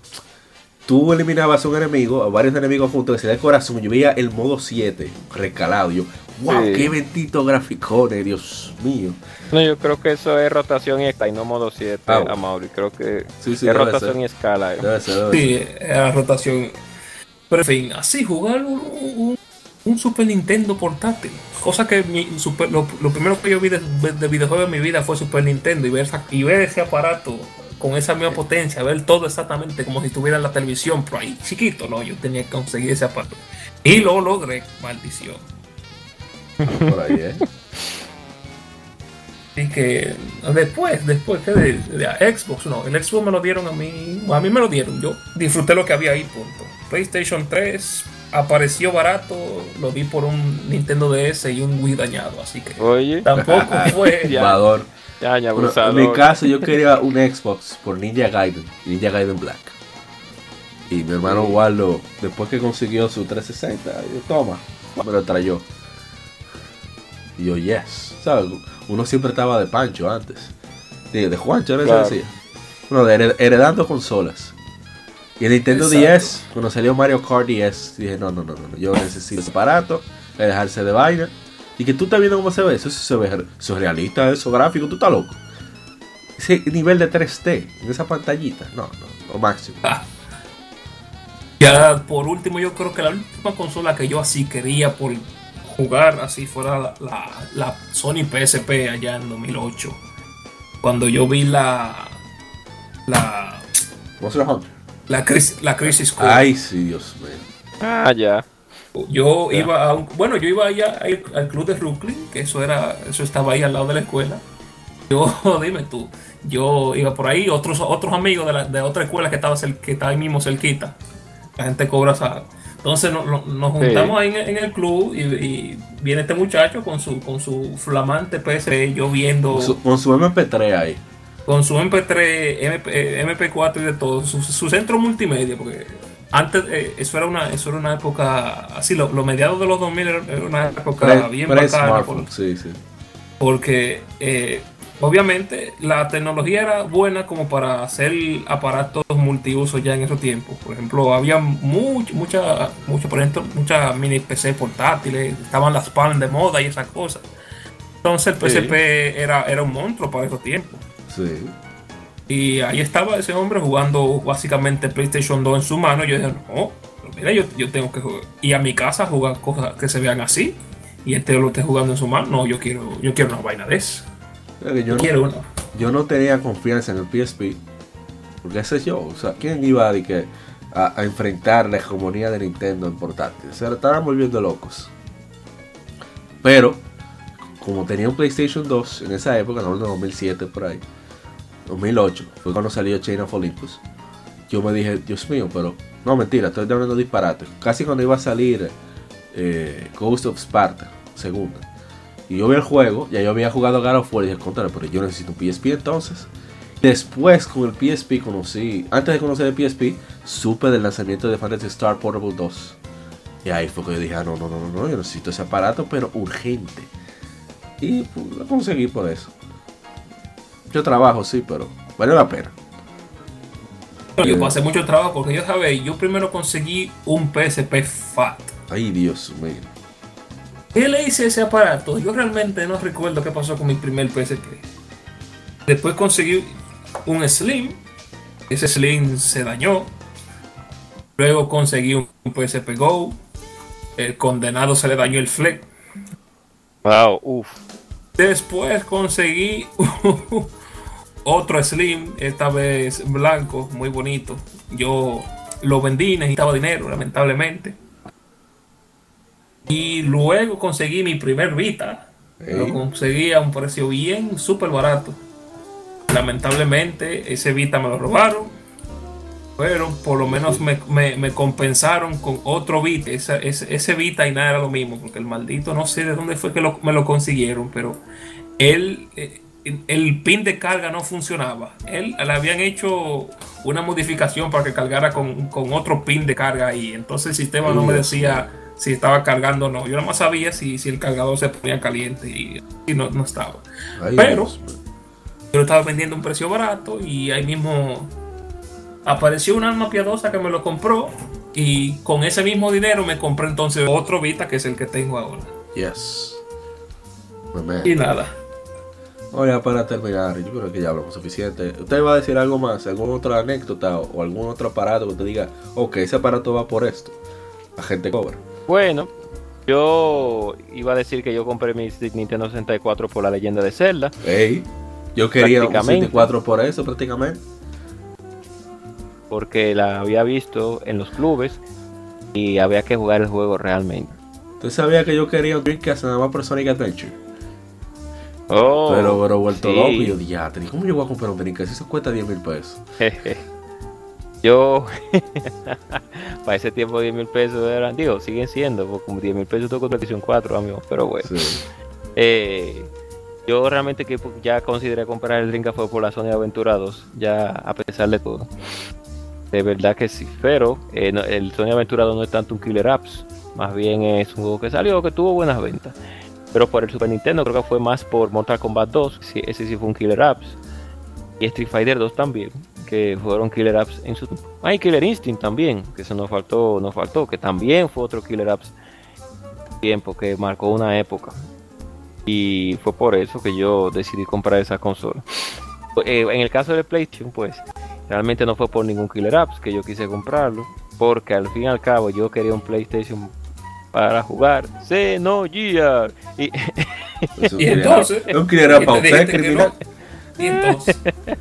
tú eliminabas a un enemigo, a varios enemigos juntos, que se da el corazón. Yo veía el modo siete recalado. Yo, wow, Sí. qué bendito graficones, Dios mío. No, yo creo que eso es rotación y escala y no modo siete, Ah, bueno. a Mauri. Creo que Sí, sí, es debe rotación ser. y escala. eh. Debe ser, debe ser. Sí, era rotación. Pero en fin, así jugar un, un- un Super Nintendo portátil. Cosa que mi super- lo, lo primero que yo vi de, de videojuegos en mi vida fue Super Nintendo y ver, esa- y ver ese aparato con esa misma potencia, ver todo exactamente como si estuviera en la televisión, pero ahí chiquito, no, yo tenía que conseguir ese aparato. Y lo logré, maldición. Por ahí, ¿eh? Así que después, después que de, de Xbox, no, el Xbox me lo dieron a mí, a mí me lo dieron, yo disfruté lo que había ahí, punto. PlayStation tres apareció barato, lo vi por un Nintendo D S y un Wii dañado, así que Oye, tampoco fue. Ya. Jugador. ya, ya, Bueno, abusador. en mi caso yo quería un Xbox por Ninja Gaiden, Ninja Gaiden Black. Y mi hermano Waldo, después que consiguió su trescientos sesenta, yo, toma, me lo trayó. Y yo, yes. ¿Sabes? Uno siempre estaba de Pancho antes. De, de Juancho, ¿no? Claro. Se decía. No, de hered- heredando consolas. Y el Nintendo Exacto. D S, cuando salió Mario Kart D S, dije, no, no, no, no, no, yo necesito ese aparato, de dejarse de vaina. Y que tú estás viendo cómo se ve, eso sí se ve, eso es realista, eso gráfico, tú estás loco. Ese nivel de tres D, en esa pantallita, no, no, lo máximo. Ah. Ya por último, yo creo que la última consola que yo así quería por jugar así fuera la, la, la Sony P S P allá en dos mil ocho. Cuando yo vi la la Monster Hunter. la crisis, la Crisis Core. Ay, sí, Dios mío. Ah, ya. Yo Ya. iba a un- bueno, yo iba allá al, al club de Brooklyn, que eso era eso estaba ahí al lado de la escuela. Yo, dime tú, yo iba por ahí, otros otros amigos de, la, de otra escuela que estaba cer- que estaba ahí mismo cerquita. La gente cobra sal. Entonces no- no- nos juntamos Sí. ahí en, en el club y, y viene este muchacho con su con su flamante P S P, yo viendo Con su, con su M P tres ahí. con su M P tres, M P, M P cuatro y de todo, su, su centro multimedia, porque antes eh, eso era una eso era una época así, los lo mediados de los dos mil era era una época Pre- bien pre- bacana, smartphone, por- sí, sí. porque eh, obviamente la tecnología era buena como para hacer aparatos multiusos ya en esos tiempos. Por ejemplo, había mucho, mucha, mucho, por ejemplo, muchas mini P C portátiles, estaban las Palm de moda y esas cosas. Entonces el P S P era, era un monstruo para esos tiempos. Sí. Y ahí estaba ese hombre jugando básicamente PlayStation dos en su mano. Yo dije, no, pero mira, yo, yo tengo que jugar. Y a mi casa jugar cosas que se vean así. Y este lo esté jugando en su mano. No, yo quiero, yo quiero una vaina de eso. Creo que yo, Yo no, quiero una. yo no tenía confianza en el P S P. Porque ese es yo. O sea, ¿quién iba a, de que, a, a enfrentar la hegemonía de Nintendo en portátiles? Se estaban volviendo locos. Pero, como tenía un PlayStation dos en esa época, no en dos mil siete por ahí, dos mil ocho, fue cuando salió Chain of Olympus. Yo me dije, Dios mío, pero no, mentira, estoy hablando disparate. Casi cuando iba a salir eh, Ghost of Sparta, segunda. Y yo vi el juego, ya yo había jugado God of War y dije, contra, pero yo necesito un P S P entonces. Después con el P S P conocí, antes de conocer el P S P, supe del lanzamiento de Phantasy Star Portable dos. Y ahí fue que yo dije, ah, no, no, no, no, yo necesito ese aparato, pero urgente. Y pues, lo conseguí por eso. Yo trabajo, sí, pero vale la pena. Yo pasé mucho trabajo porque yo sabía, yo primero conseguí un P S P Fat. Ay, Dios mío. ¿Qué le hice a ese aparato? Yo realmente no recuerdo qué pasó con mi primer P S P. Después conseguí un Slim. Ese Slim se dañó. Luego conseguí un P S P Go. El condenado se le dañó el flex. Wow, uff. Después conseguí otro Slim, esta vez blanco, muy bonito. Yo lo vendí, necesitaba dinero, lamentablemente. Y luego conseguí mi primer Vita. Ey. Lo conseguí a un precio bien, súper barato. Lamentablemente, ese Vita me lo robaron. Pero por lo menos me, me, me compensaron con otro Vita. Esa, ese, ese Vita y nada era lo mismo. Porque el maldito, no sé de dónde fue que lo, me lo consiguieron. Pero él, eh, el pin de carga no funcionaba. Él le habían hecho una modificación para que cargara con, con otro pin de carga ahí. Entonces el sistema no me decía si estaba cargando o no. Yo nada más sabía si, si el cargador se ponía caliente y, y no, no estaba. Ay, Pero Dios mío. yo lo estaba vendiendo a un precio barato y ahí mismo apareció una alma piadosa que me lo compró y con ese mismo dinero me compré entonces otro Vita que es el que tengo ahora. Yes. My man. Y nada. Ahora para terminar, yo creo que ya hablamos suficiente. ¿Usted va a decir algo más? ¿Alguna otra anécdota o, o algún otro aparato que usted diga, ok, ese aparato va por esto? La gente cobra. Bueno, yo iba a decir que yo compré mi Nintendo sesenta y cuatro por la Leyenda de Zelda. Ey, yo quería un Prácticamente. sesenta y cuatro por eso prácticamente. Porque la había visto en los clubes y había que jugar el juego realmente. ¿Usted sabía que yo quería un Dreamcast nada más por Sonic Adventure? Oh, pero, pero vuelto sí. loco y yo dije, ya, ¿cómo yo voy a comprar un Dreamcast? Eso cuesta diez mil pesos. Yo, para ese tiempo diez mil pesos eran, digo, siguen siendo, porque como diez mil pesos tengo PlayStation cuatro, amigo, pero bueno. Sí. Eh, yo realmente que ya consideré comprar el Dreamcast fue por la Sony Aventura dos, ya a pesar de todo. De verdad que sí, pero eh, no, el Sony Aventura dos no es tanto un killer apps, más bien es un juego que salió, que tuvo buenas ventas. Pero por el Super Nintendo creo que fue más por Mortal Kombat dos, sí, ese sí fue un killer apps. Y Street Fighter dos también, que fueron killer apps en su tiempo. Hay Killer Instinct también, que se nos faltó, nos faltó, que también fue otro killer apps tiempo, que marcó una época. Y fue por eso que yo decidí comprar esa consola. Eh, en el caso de PlayStation, pues, realmente no fue por ningún killer apps que yo quise comprarlo, porque al fin y al cabo yo quería un PlayStation para jugar Xenogears. Y, y entonces, un killer app para usted, criminal. Y entonces,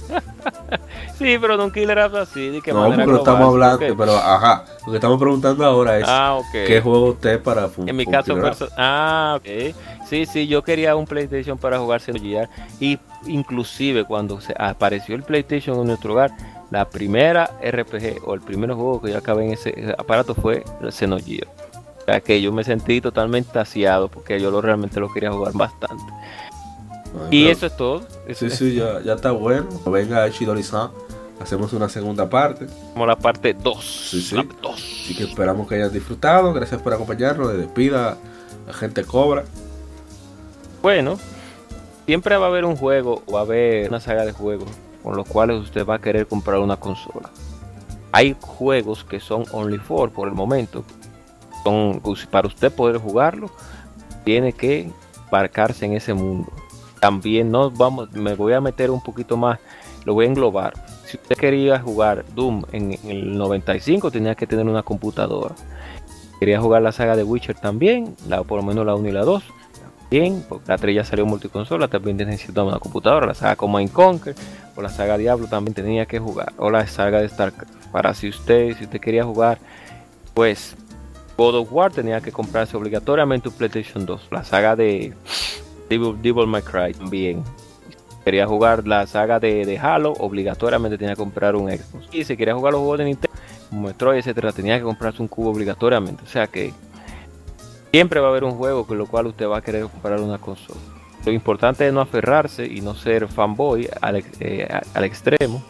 sí, pero no un killer app así, de qué no, manera porque lo estamos global, hablando, okay. Pero ajá, lo que estamos preguntando ahora es ah, okay. ¿qué juego usted para fun- En mi un caso, killer app? perso- ah, ok. Sí, sí, yo quería un PlayStation para jugar Xenogears. Y inclusive cuando se apareció el PlayStation en nuestro hogar, la primera R P G o el primer juego que yo acabé en ese aparato fue el Xenogears. O sea que yo me sentí totalmente saciado porque yo lo, realmente lo quería jugar bastante. Ay, Y pero- eso es todo. Eso Sí, es sí, ya, ya está bueno. Venga Ishidori-san, hacemos una segunda parte. como la parte dos. Sí, sí. La dos. Así que esperamos que hayan disfrutado. Gracias por acompañarnos. Le despida a Gente Cobra. Bueno, siempre va a haber un juego o va a haber una saga de juegos con los cuales usted va a querer comprar una consola. Hay juegos que son only for por el momento. Son, para usted poder jugarlo, tiene que embarcarse en ese mundo. También no vamos, me voy a meter un poquito más, lo voy a englobar. Si usted quería jugar Doom en, en el noventa y cinco, tenía que tener una computadora. Quería jugar la saga de Witcher también, la, por lo menos la uno y la dos. Bien, porque la tres ya salió multiconsola, también necesitaba una computadora. La saga Command and Conquer o la saga Diablo también tenía que jugar, o la saga de StarCraft. Para si usted, si usted quería jugar, pues God of War tenía que comprarse obligatoriamente un PlayStation dos. La saga de Devil, Devil May Cry también. Si quería jugar la saga de, de Halo, obligatoriamente tenía que comprar un Xbox. Y si quería jugar los juegos de Nintendo, como Metroid, etcétera, tenía que comprarse un cubo obligatoriamente. O sea que siempre va a haber un juego con lo cual usted va a querer comprar una consola. Lo importante es no aferrarse y no ser fanboy al, eh, al extremo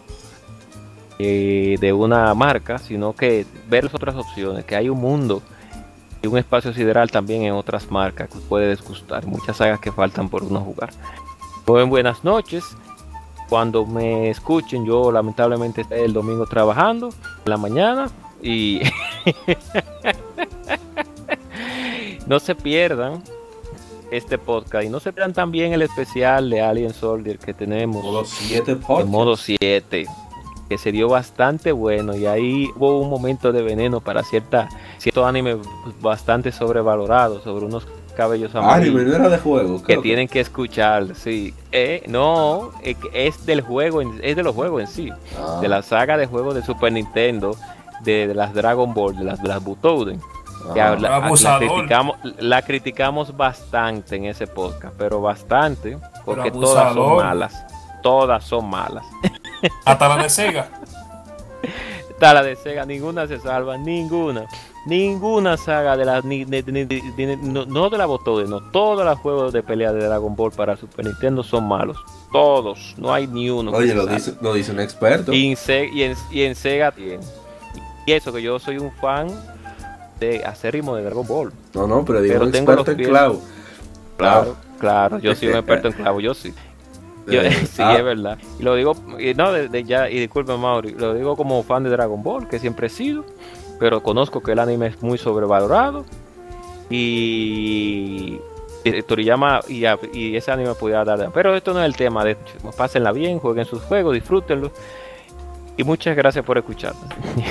eh, de una marca, sino que ver las otras opciones, que hay un mundo y un espacio sideral también en otras marcas que puede desgustar. Muchas sagas que faltan por uno jugar. Muy buenas noches. Cuando me escuchen, yo lamentablemente estaré el domingo trabajando en la mañana y no se pierdan este podcast y no se pierdan también el especial de Alien Soldier que tenemos Modo siete en podcast. modo siete, que se dio bastante bueno, y ahí hubo un momento de veneno para cierta cierto anime bastante sobrevalorado sobre unos cabellos Ah, ni amarillos no era de juego. que creo tienen que escuchar. Sí, eh, no, es, es del juego, en- es de los juegos en sí, Ah. de la saga de juegos de Super Nintendo, de, de las Dragon Ball, de las, de las Butoden. Que Ah. la, la Abusador. criticamos, la criticamos bastante en ese podcast, pero bastante, porque Pero todas son abusador. malas, todas son malas. hasta la de Sega. Está la de Sega, ninguna se salva, ninguna, ninguna saga de la, ni, ni- ni- ni- ni- no, no de la Butoden, no, todos los juegos de pelea de Dragon Ball para Super Nintendo son malos, todos, no hay ni uno. que Oye, se lo salve. dice, lo dice un experto. Y en, Se- y, en, y en Sega tiene. Y eso que yo soy un fan de acérrimo de Dragon Ball. No, no, pero digo Pero un tengo experto los en pies- clavo. Claro, claro, yo soy un experto en clavo, yo sí. Yo- Eh, sí, ah, es verdad. Y lo digo, y no, de, de ya, y disculpe Mauri, lo digo como fan de Dragon Ball, que siempre he sido, pero conozco que el anime es muy sobrevalorado. Y, y Toriyama y, a- y ese anime podía dar. Pero esto no es el tema, de hecho. Pásenla bien, jueguen sus juegos, disfrútenlo. Y muchas gracias por escucharnos.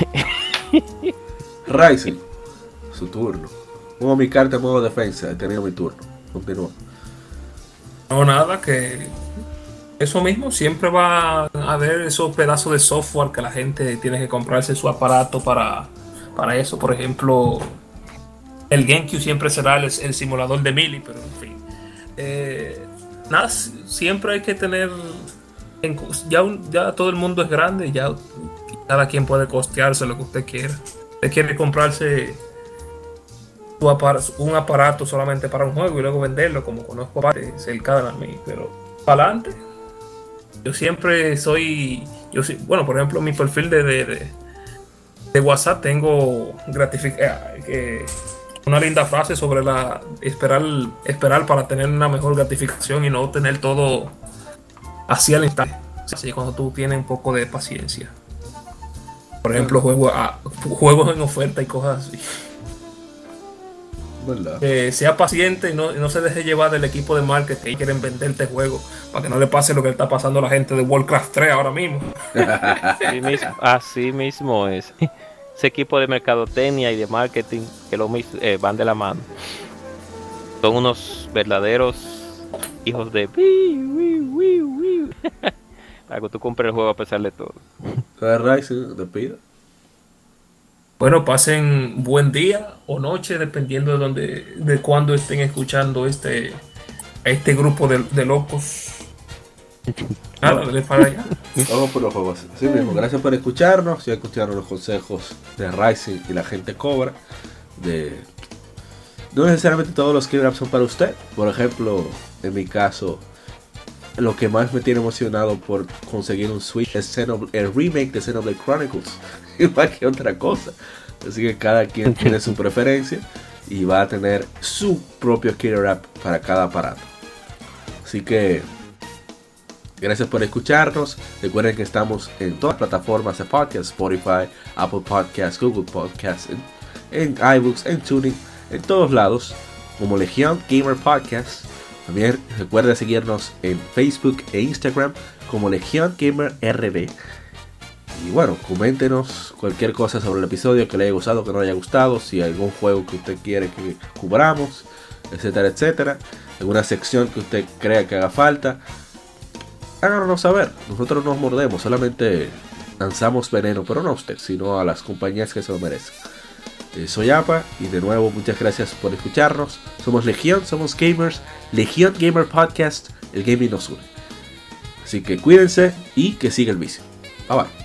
Ryzen, su turno. Pongo mi carta en modo defensa. He tenido mi turno. Continúa. No, nada, que eso mismo, siempre va a haber esos pedazos de software que la gente tiene que comprarse su aparato para, para eso. Por ejemplo, el GameCube siempre será el, el simulador de Melee, pero en fin. Eh, nada, s- siempre hay que tener... en cu- ya, un- ya todo el mundo es grande, ya cada quien puede costearse lo que usted quiera. Usted quiere comprarse su apar- un aparato solamente para un juego y luego venderlo, como conozco varios cercanos a mí, pero para adelante. Yo siempre soy, yo sí, bueno, por ejemplo, mi perfil de, de, de, de WhatsApp tengo gratific eh, eh, una linda frase sobre la esperar, esperar para tener una mejor gratificación y no tener todo así al instante. Así cuando tú tienes un poco de paciencia. Por ejemplo, juegos, a, juegos en oferta y cosas así. ¿Verdad? Eh, sea paciente y no, y no se deje llevar del equipo de marketing que quieren venderte juego para que no le pase lo que le está pasando a la gente de Warcraft tres ahora mismo. Así mismo, así mismo es. Ese equipo de mercadotecnia y de marketing que lo mis- eh, van de la mano. Son unos verdaderos hijos de para que tú compres el juego a pesar de todo. Rising, te pido. Bueno, pasen buen día o noche, dependiendo de donde, de cuándo estén escuchando este, este grupo de, de locos. Nada, dale para allá. Vamos por los juegos. Así mismo, gracias por escucharnos. Ya escucharon los consejos de Rising y la gente cobra. De... No necesariamente todos los Killer Apps son para usted. Por ejemplo, en mi caso, lo que más me tiene emocionado por conseguir un Switch es Xenoblade- el remake de Xenoblade Chronicles. Igual que otra cosa. Así que cada quien tiene su preferencia y va a tener su propio Killer App para cada aparato. Así que gracias por escucharnos. Recuerden que estamos en todas las plataformas de podcast: Spotify, Apple Podcasts, Google Podcasts, en, en iBooks, en Tuning, en todos lados, como Legión Gamer Podcast. También recuerda seguirnos en Facebook e Instagram como Legión Gamer R D. Y bueno, coméntenos cualquier cosa sobre el episodio que le haya gustado, que no le haya gustado, si hay algún juego que usted quiere que cubramos, etcétera, etcétera. Alguna sección que usted crea que haga falta, háganos saber. Nosotros no nos mordemos, solamente lanzamos veneno, pero no a usted, sino a las compañías que se lo merecen. Eh, soy Apa y de nuevo muchas gracias por escucharnos. Somos Legión, somos gamers. Legión Gamer Podcast, el gaming nos une. Así que cuídense y que siga el vicio. Bye bye.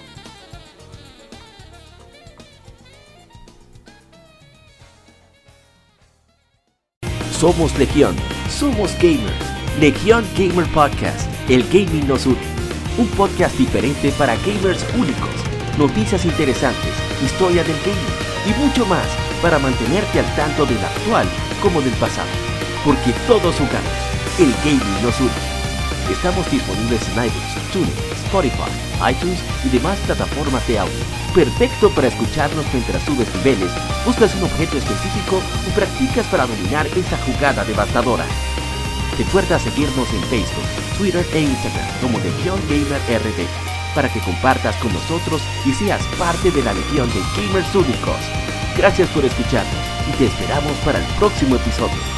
Somos Legión, somos gamers. Legión Gamer Podcast, el gaming nos une. Un podcast diferente para gamers únicos. Noticias interesantes, historia del gaming y mucho más para mantenerte al tanto del actual como del pasado. Porque todos jugamos, el gaming nos une. Estamos disponibles en iBooks, TuneIn, Spotify, iTunes y demás plataformas de audio. Perfecto para escucharnos mientras subes niveles, buscas un objeto específico o practicas para dominar esa jugada devastadora. Recuerda seguirnos en Facebook, Twitter e Instagram como Legión Gamer R D para que compartas con nosotros y seas parte de la legión de gamers únicos. Gracias por escucharnos y te esperamos para el próximo episodio.